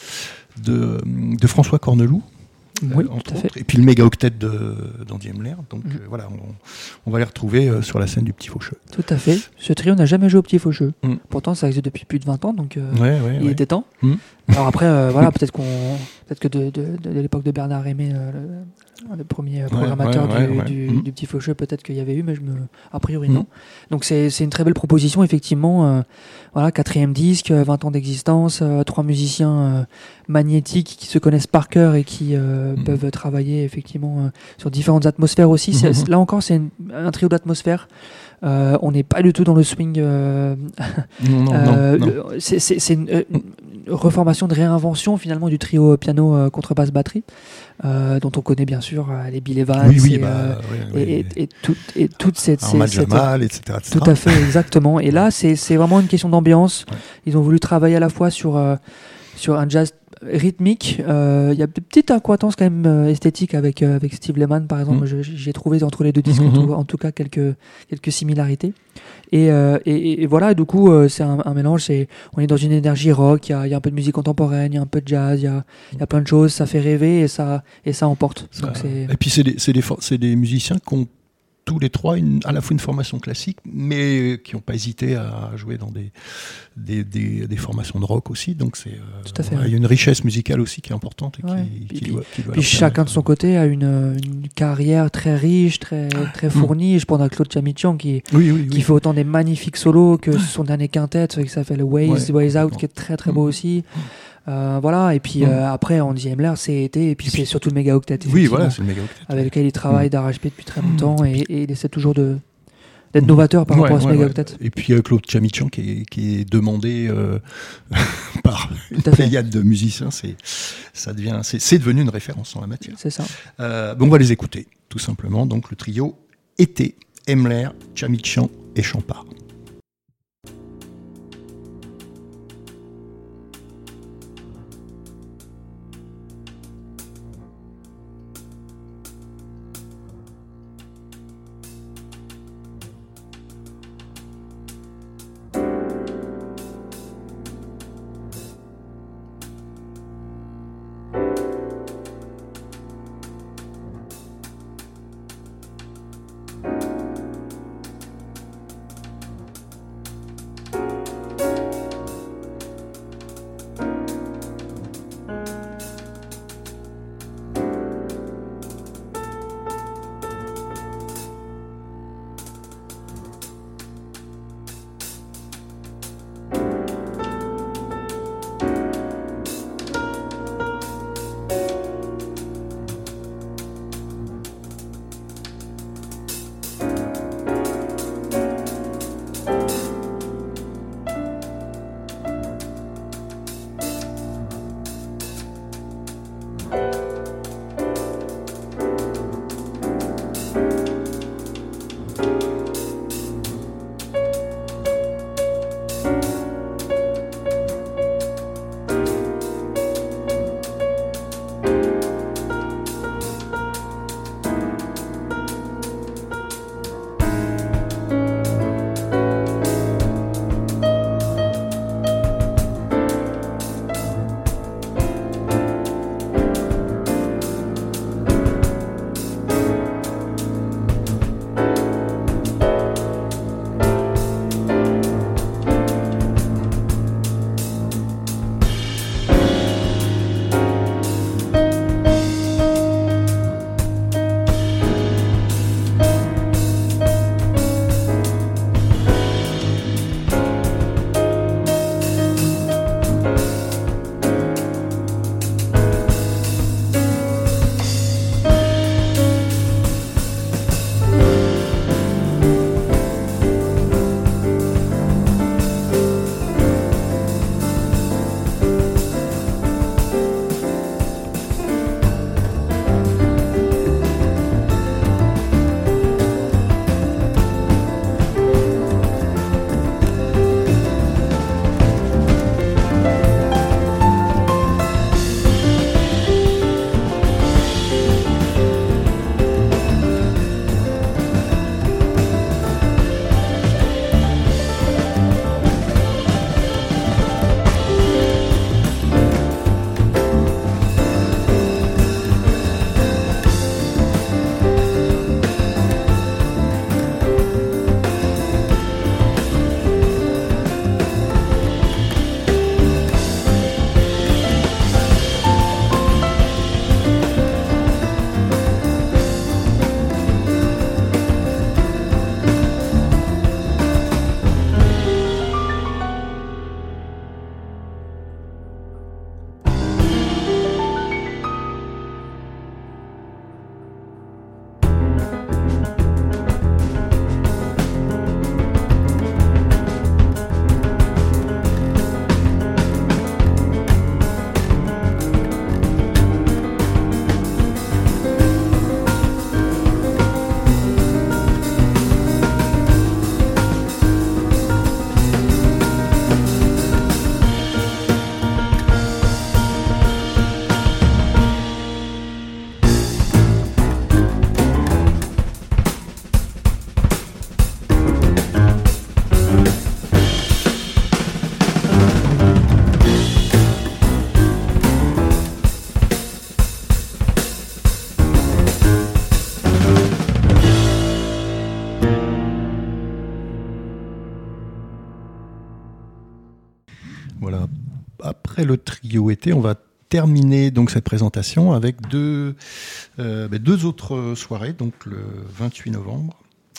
de, de François Corneloup.
Oui,
euh, entre
tout à
autres,
fait.
et puis le méga octet de d'Andy Hemler. Donc
mmh.
euh, voilà, on, on va les retrouver euh, sur la scène du Petit Faucheux.
Tout à fait. Ce trio n'a jamais joué au Petit Faucheux.
Mmh.
Pourtant, ça existe depuis plus de vingt ans, donc euh,
ouais, ouais,
il
ouais.
était temps.
Mmh.
Alors après, euh, voilà, peut-être qu'on, peut-être que de, de, de, de l'époque de Bernard Aimé, euh, le, le premier programmateur
ouais, ouais,
du,
ouais, ouais.
Du,
Mmh.
du Petit Faucheux, peut-être qu'il y avait eu, mais je me, a priori
mmh.
non. Donc c'est, c'est une très belle proposition, effectivement. Euh, voilà, quatrième disque, vingt ans d'existence, euh, trois musiciens euh, magnétiques qui se connaissent par cœur et qui euh, mmh. peuvent travailler effectivement euh, sur différentes atmosphères aussi. C'est, mmh. Là encore, c'est une, un trio d'atmosphères. Euh, on n'est pas du tout dans le swing. Euh,
non, non,
euh,
non,
le, c'est, c'est, c'est une, une reformation de réinvention finalement du trio piano euh, contrebasse batterie, euh, dont on connaît bien sûr euh, les Bill Evans
oui, oui,
et,
bah,
euh,
oui, oui,
et,
oui.
et, et, tout, et toute cette,
Armand
cette
Jamal, et cetera, et cetera.
Tout à fait, exactement. Et là, c'est, c'est vraiment une question d'ambiance.
Ouais.
Ils ont voulu travailler à la fois sur euh, sur un jazz rythmique. Il euh, y a de petites incohérences quand même euh, esthétiques avec euh, avec Steve Lehman par exemple. Mm. Je, j'ai trouvé entre les deux disques mm-hmm. en, tout, en tout cas quelques quelques similarités. Et, euh, et, et voilà, du coup, euh, c'est un, un mélange. C'est, on est dans une énergie rock. Il y a, y a un peu de musique contemporaine, il y a un peu de jazz, il y a, y a plein de choses. Ça fait rêver et ça et ça emporte.
Ça,
Donc c'est...
Et puis c'est des c'est des c'est des musiciens qui ont tous les trois une, à la fois une formation classique, mais qui n'ont pas hésité à jouer dans des, des, des, des formations de rock aussi. Donc c'est,
Tout à fait,
il euh,
ouais.
y a une richesse musicale aussi qui est importante et
ouais.
qui,
puis,
qui doit, qui doit
puis chacun de son côté a une, une carrière très riche, très, très fournie. Mmh. Je pense à Claude Chamichian qui,
oui, oui, oui.
qui fait autant des magnifiques solos que son dernier quintet qui s'appelle Ways, ouais, Ways Out, qui est très très beau mmh. aussi. Euh, voilà, et puis mmh. euh, après Andy Hemler c'est été, et puis c'est surtout le méga octet.
Oui, voilà, c'est le méga octet.
Avec lequel il travaille mmh. d'arrache-pied depuis très longtemps et, et il essaie toujours de, d'être novateur par
ouais,
rapport à ce
ouais,
méga
ouais.
octet.
Et puis euh, Claude Chamichian qui est, qui est demandé euh, par une pléiade de musiciens, c'est, ça devient, c'est, c'est devenu une référence en la matière.
C'est ça.
Euh, bon, on va les écouter, tout simplement. Donc le trio Été, Hemler, Chamichian et Echampard. après le trio été, on va terminer donc cette présentation avec deux, euh, bah, deux autres soirées, donc le vingt-huit novembre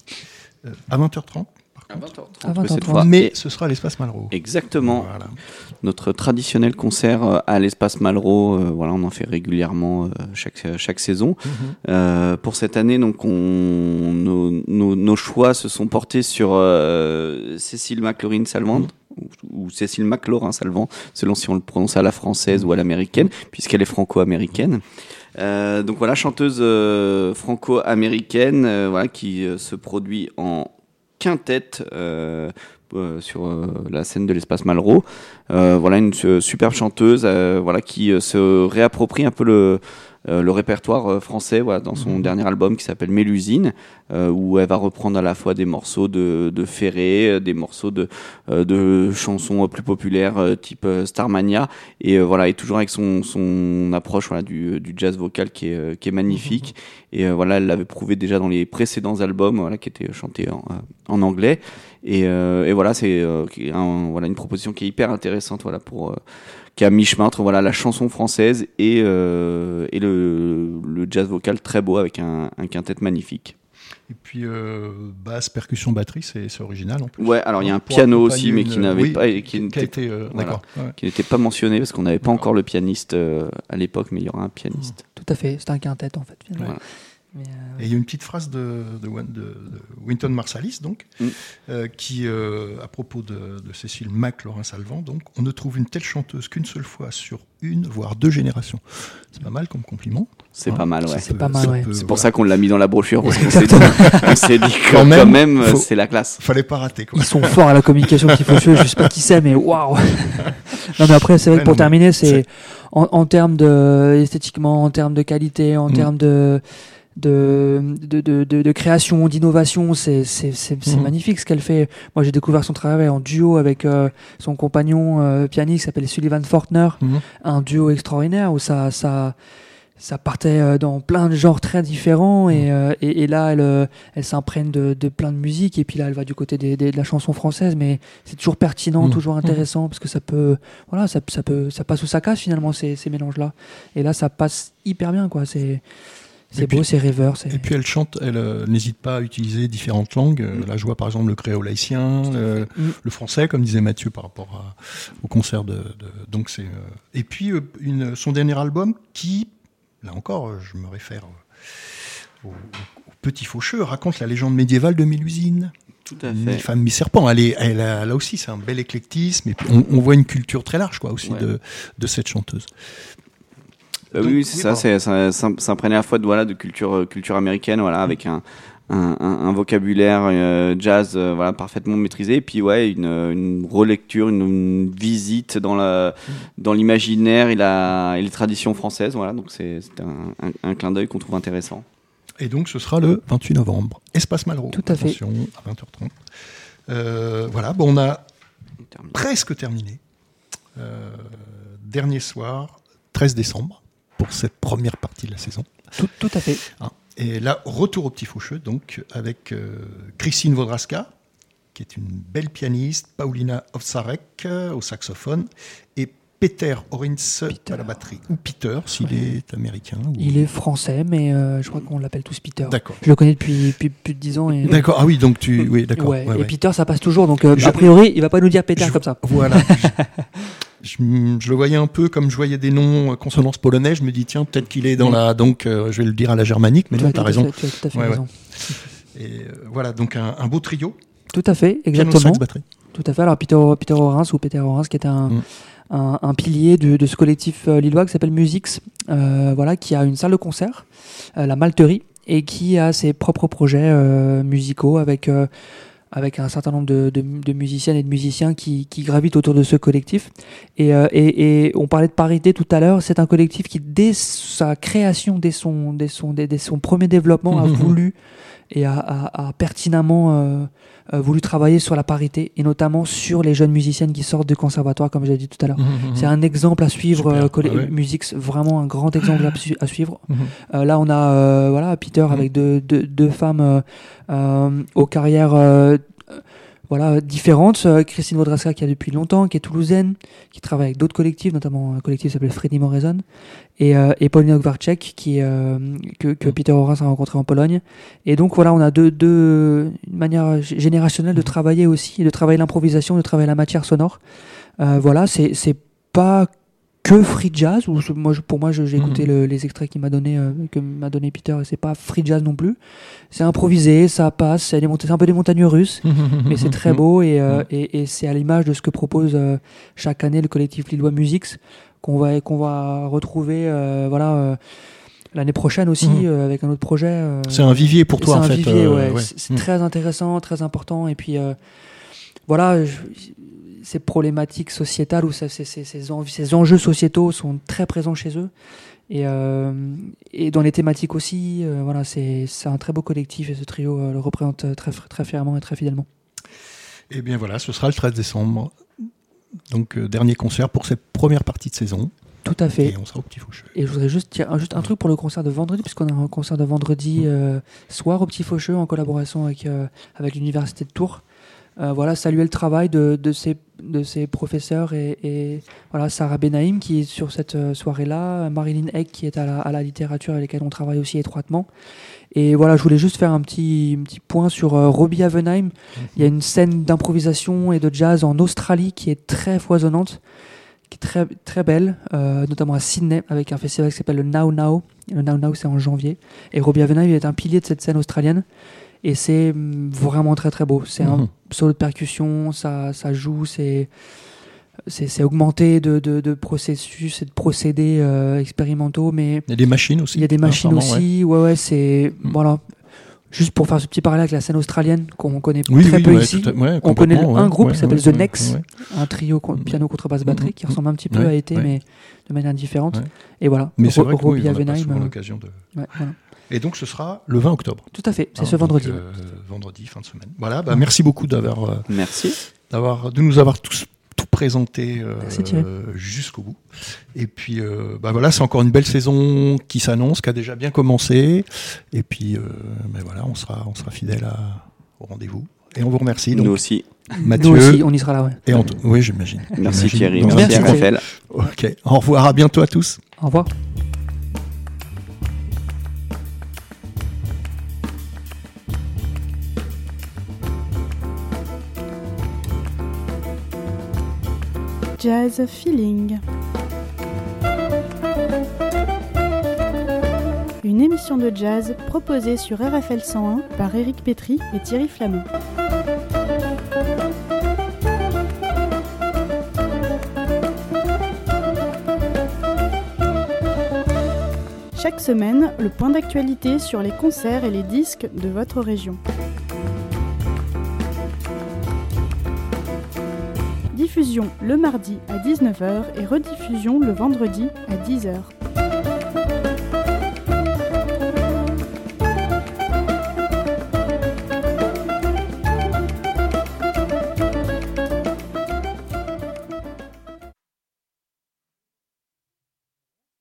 euh, à vingt heures trente.
À vingt heures trente,
À vingt heures trente.
cette fois.
Mais
Et
ce sera à l'espace Malraux.
exactement.
Voilà.
Notre traditionnel concert à l'espace Malraux, euh, voilà, on en fait régulièrement euh, chaque chaque saison.
Mm-hmm.
Euh, pour cette année, donc, on nos, nos, nos choix se sont portés sur euh, Cécile McLaurin-Salvant. Ou Cécile McLaurin-Salvant, selon si on le prononce à la française ou à l'américaine, puisqu'elle est franco-américaine. Euh, donc voilà, chanteuse euh, franco-américaine, euh, voilà, qui euh, se produit en quintette euh, euh, sur euh, la scène de l'espace Malraux. Euh, voilà, une euh, superbe chanteuse, euh, voilà, qui euh, se réapproprie un peu le Euh, le répertoire euh, français, voilà, dans son mmh. dernier album qui s'appelle Mélusine, euh, où elle va reprendre à la fois des morceaux de, de Ferré, euh, des morceaux de, euh, de chansons euh, plus populaires euh, type euh, Starmania, et euh, voilà, et toujours avec son, son approche, voilà, du, du jazz vocal qui est, euh, qui est magnifique. Mmh. Et euh, voilà, elle l'avait prouvé déjà dans les précédents albums, voilà, qui étaient chantés en, en anglais. Et, euh, et voilà, c'est euh, un, voilà, une proposition qui est hyper intéressante, voilà, pour euh, qui est à mi-chemin entre voilà, la chanson française et, euh, et le, le jazz vocal très beau avec un, un quintet magnifique.
Et puis euh, basse, percussion, batterie, c'est, c'est original en plus.
Ouais, alors il y a un piano aussi, mais qui
une...
n'avait
oui,
pas,
qui,
qui,
qui,
n'était,
a été, euh,
voilà,
d'accord, ouais.
qui n'était pas mentionné parce qu'on n'avait pas
d'accord.
encore le pianiste euh, à l'époque, mais il y aura un pianiste.
Tout à fait, c'est un quintet en fait. Finalement.
Voilà.
Mais euh...
Et il y a une petite phrase de, de, de, de Wynton Marsalis, donc, mm. euh, qui, euh, à propos de, de Cécile McLaurin-Salvant, donc, on ne trouve une telle chanteuse qu'une seule fois sur une, voire deux générations. C'est pas mal comme compliment.
C'est
hein,
pas mal, ouais.
C'est, pas mal, ouais.
Peut, c'est
voilà.
pour ça qu'on l'a mis dans la brochure, parce qu'on s'est dit, on s'est dit que quand même, quand même faut, c'est la classe.
Fallait pas rater, quoi.
Ils sont forts à la communication qu'il faut suivre, je sais pas qui c'est, mais waouh! Non, mais après, c'est vrai ouais, que pour non, terminer, c'est, c'est... En, en termes de, esthétiquement, en termes de qualité, en mmh. termes de, De, de, de, de, de création, d'innovation, c'est, c'est, c'est, c'est mmh. magnifique ce qu'elle fait. Moi, j'ai découvert son travail en duo avec euh, son compagnon euh, pianiste qui s'appelle Sullivan Fortner, mmh. un duo extraordinaire où ça, ça, ça partait dans plein de genres très différents mmh. et, euh, et, et là, elle, elle s'imprègne de, de plein de musique et puis là, elle va du côté des, des, de la chanson française, mais c'est toujours pertinent, mmh. toujours intéressant mmh. parce que ça peut, voilà, ça, ça peut, ça passe ou ça casse finalement ces, ces mélanges-là. Et là, ça passe hyper bien, quoi. C'est C'est et beau, puis, c'est rêveur. C'est...
Et puis elle chante, elle euh, n'hésite pas à utiliser différentes langues. Euh, là, je vois par exemple le créole haïtien, euh, mm. le français, comme disait Mathieu par rapport à, au concert de. de donc c'est. Euh, et puis euh, une, son dernier album, qui, là encore, je me réfère au, au, au Petit Faucheux, raconte la légende médiévale de Mélusine.
Tout à fait.
Mi-femme, mi-serpent. Elle est, elle a, là aussi, c'est un bel éclectisme. Et puis on, on voit une culture très large, quoi, aussi ouais. de, de cette chanteuse.
Euh, Donc, oui, c'est oui, ça, c'est, ça, ça s'imprègne à la fois de, voilà, de culture, culture américaine, voilà, avec un, un, un vocabulaire euh, jazz, euh, voilà, parfaitement maîtrisé, et puis ouais, une, une relecture, une, une visite dans la, dans l'imaginaire et la, et les traditions françaises, voilà. Donc c'est, c'est un, un, un clin d'œil qu'on trouve intéressant.
Et donc ce sera le vingt-huit novembre, Espace Malraux.
Tout à fait.
Attention, à vingt heures trente. Euh, voilà, bon, on a terminé. presque terminé. Euh, dernier soir, treize décembre. Pour cette première partie de la saison.
Tout, tout à fait.
Et là, retour au Petit Faucheux, donc avec euh, Christine Wawrowska, qui est une belle pianiste, Paulina Owczarek euh, au saxophone, et Peter Orins à la batterie. Ou Peter, s'il ouais. est américain. Ou...
Il est français, mais euh, je crois qu'on l'appelle tous Peter.
D'accord.
Je le connais depuis, depuis plus de dix ans. Et...
D'accord, ah oui, donc tu... Oui, d'accord.
Ouais,
ouais,
et
ouais.
Peter, ça passe toujours, donc euh,
je...
a priori, il ne va pas nous dire Peter
je...
comme ça.
Voilà. Je, je le voyais un peu comme je voyais des noms consonance polonais, je me dis tiens peut-être qu'il est dans la donc euh, je vais le dire à la germanique, mais tu non, t'as raison.
Fait, tu as tout à fait
ouais,
raison.
Ouais. Et euh, voilà donc un, un beau trio.
Tout à fait, exactement.
Piano, sax, batterie.
Tout à fait. Alors Peter Peter Orins ou Peter Orins qui est un mm. un, un pilier de, de ce collectif euh, lillois qui s'appelle Musix, euh, voilà, qui a une salle de concert, euh, la Malterie, et qui a ses propres projets euh, musicaux avec euh, avec un certain nombre de, de, de musiciennes et de musiciens qui, qui gravitent autour de ce collectif. Et, euh, et, et on parlait de parité tout à l'heure, c'est un collectif qui, dès sa création, dès son, dès son, dès, dès son premier développement, a voulu et a, a, a pertinemment euh, euh, voulu travailler sur la parité, et notamment sur les jeunes musiciennes qui sortent du conservatoire, comme j'ai dit tout à l'heure. Mmh, c'est un exemple à suivre, euh, Collé- ah ouais. Musix, vraiment un grand exemple à, su- à suivre. Mmh. Euh, là, on a euh, voilà, Peter mmh. avec deux, deux, deux femmes euh, euh, aux carrières... Euh, voilà, différentes. Euh, Christine Wodraska qui a depuis longtemps, qui est toulousaine, qui travaille avec d'autres collectifs, notamment un collectif qui s'appelle Freddy Moraison, et, euh, et Paulina Gwarczek, qui, euh, que, que Peter Horace a rencontré en Pologne. Et donc voilà, on a deux, deux, une manière générationnelle de travailler aussi, de travailler l'improvisation, de travailler la matière sonore. Euh, voilà, c'est, c'est pas que free jazz, ou moi, pour moi j'ai écouté mmh. le, les extraits qu'il m'a donné, euh, que m'a donné Peter, et c'est pas free jazz non plus, c'est improvisé, ça passe, c'est, mont- c'est un peu des montagnes russes, mais c'est très beau, et, euh, et, et c'est à l'image de ce que propose euh, chaque année le collectif Lillois Musics, qu'on va, qu'on va retrouver euh, voilà, euh, l'année prochaine aussi, mmh. euh, avec un autre projet. Euh,
c'est un vivier pour toi en fait.
C'est un vivier,
euh,
ouais.
ouais.
C'est, c'est mmh. très intéressant, très important, et puis euh, voilà, je, ces problématiques sociétales ou ces, ces, ces, envies, ces enjeux sociétaux sont très présents chez eux, et, euh, et dans les thématiques aussi. Euh, voilà, c'est, c'est un très beau collectif, et ce trio euh, le représente très, très fièrement et très fidèlement.
Et bien voilà, ce sera le treize décembre, donc euh, dernier concert pour cette première partie de saison.
Tout à fait.
Et on sera au Petit Faucheux.
Et je voudrais juste dire un, juste un truc pour le concert de vendredi, puisqu'on a un concert de vendredi euh, soir au Petit Faucheux en collaboration avec, euh, avec l'Université de Tours. Euh, voilà, saluer le travail de, de, ses, de ses professeurs et, et voilà, Sarah Benaïm qui est sur cette euh, soirée-là, Marilyn Eck qui est à la, à la littérature avec laquelle on travaille aussi étroitement. Et voilà, je voulais juste faire un petit, un petit point sur euh, Robbie Avenheim. Mmh. Il y a une scène d'improvisation et de jazz en Australie qui est très foisonnante, qui est très, très belle, euh, notamment à Sydney, avec un festival qui s'appelle le Now Now. Le Now Now, c'est en janvier. Et Robbie Avenheim est un pilier de cette scène australienne. Et c'est vraiment très très beau. C'est mmh. un solo de percussion, ça, ça joue, c'est, c'est, c'est augmenté de, de, de processus et de procédés euh, expérimentaux. Mais
il y a des machines aussi.
Il y a des machines aussi, ouais, ouais, ouais c'est. Mmh. Voilà. Juste pour faire ce petit parallèle avec la scène australienne qu'on connaît
oui,
très
oui,
peu
ouais,
ici.
À, ouais,
on connaît
ouais,
un groupe
ouais,
qui s'appelle
ouais,
The Next,
ouais.
un trio piano contrebasse batterie mmh. qui ressemble un petit peu
ouais,
à Été,
ouais.
mais de manière différente.
Ouais.
Et voilà.
Mais c'est vrai que
Robbie
oui, on
Avenheim.
n'a pas souvent l'occasion de.
Ouais, voilà.
Et donc ce sera le vingt octobre.
Tout à fait, c'est
ah,
ce vendredi.
Donc, euh, vendredi, fin de semaine. Voilà, bah, merci beaucoup d'avoir, euh,
merci.
d'avoir, de nous avoir tous tout présenté euh,
merci,
jusqu'au bout. Et puis, euh, bah voilà, c'est encore une belle saison qui s'annonce, qui a déjà bien commencé. Et puis, euh, bah voilà, on sera, on sera fidèle à, au rendez-vous. Et on vous remercie. Donc,
nous aussi.
Mathieu.
Nous aussi, on y sera là, ouais.
Et Anto- oui, j'imagine.
Merci
j'imagine.
Thierry,
Donc,
merci à Raphaël.
Ok, au revoir, à bientôt à tous.
Au revoir.
Jazz Feeling. Une émission de jazz proposée sur R F L cent un par Éric Pétry et Thierry Flamand. Chaque semaine, le point d'actualité sur les concerts et les disques de votre région. Diffusion le mardi à dix-neuf heures et rediffusion le vendredi à dix heures.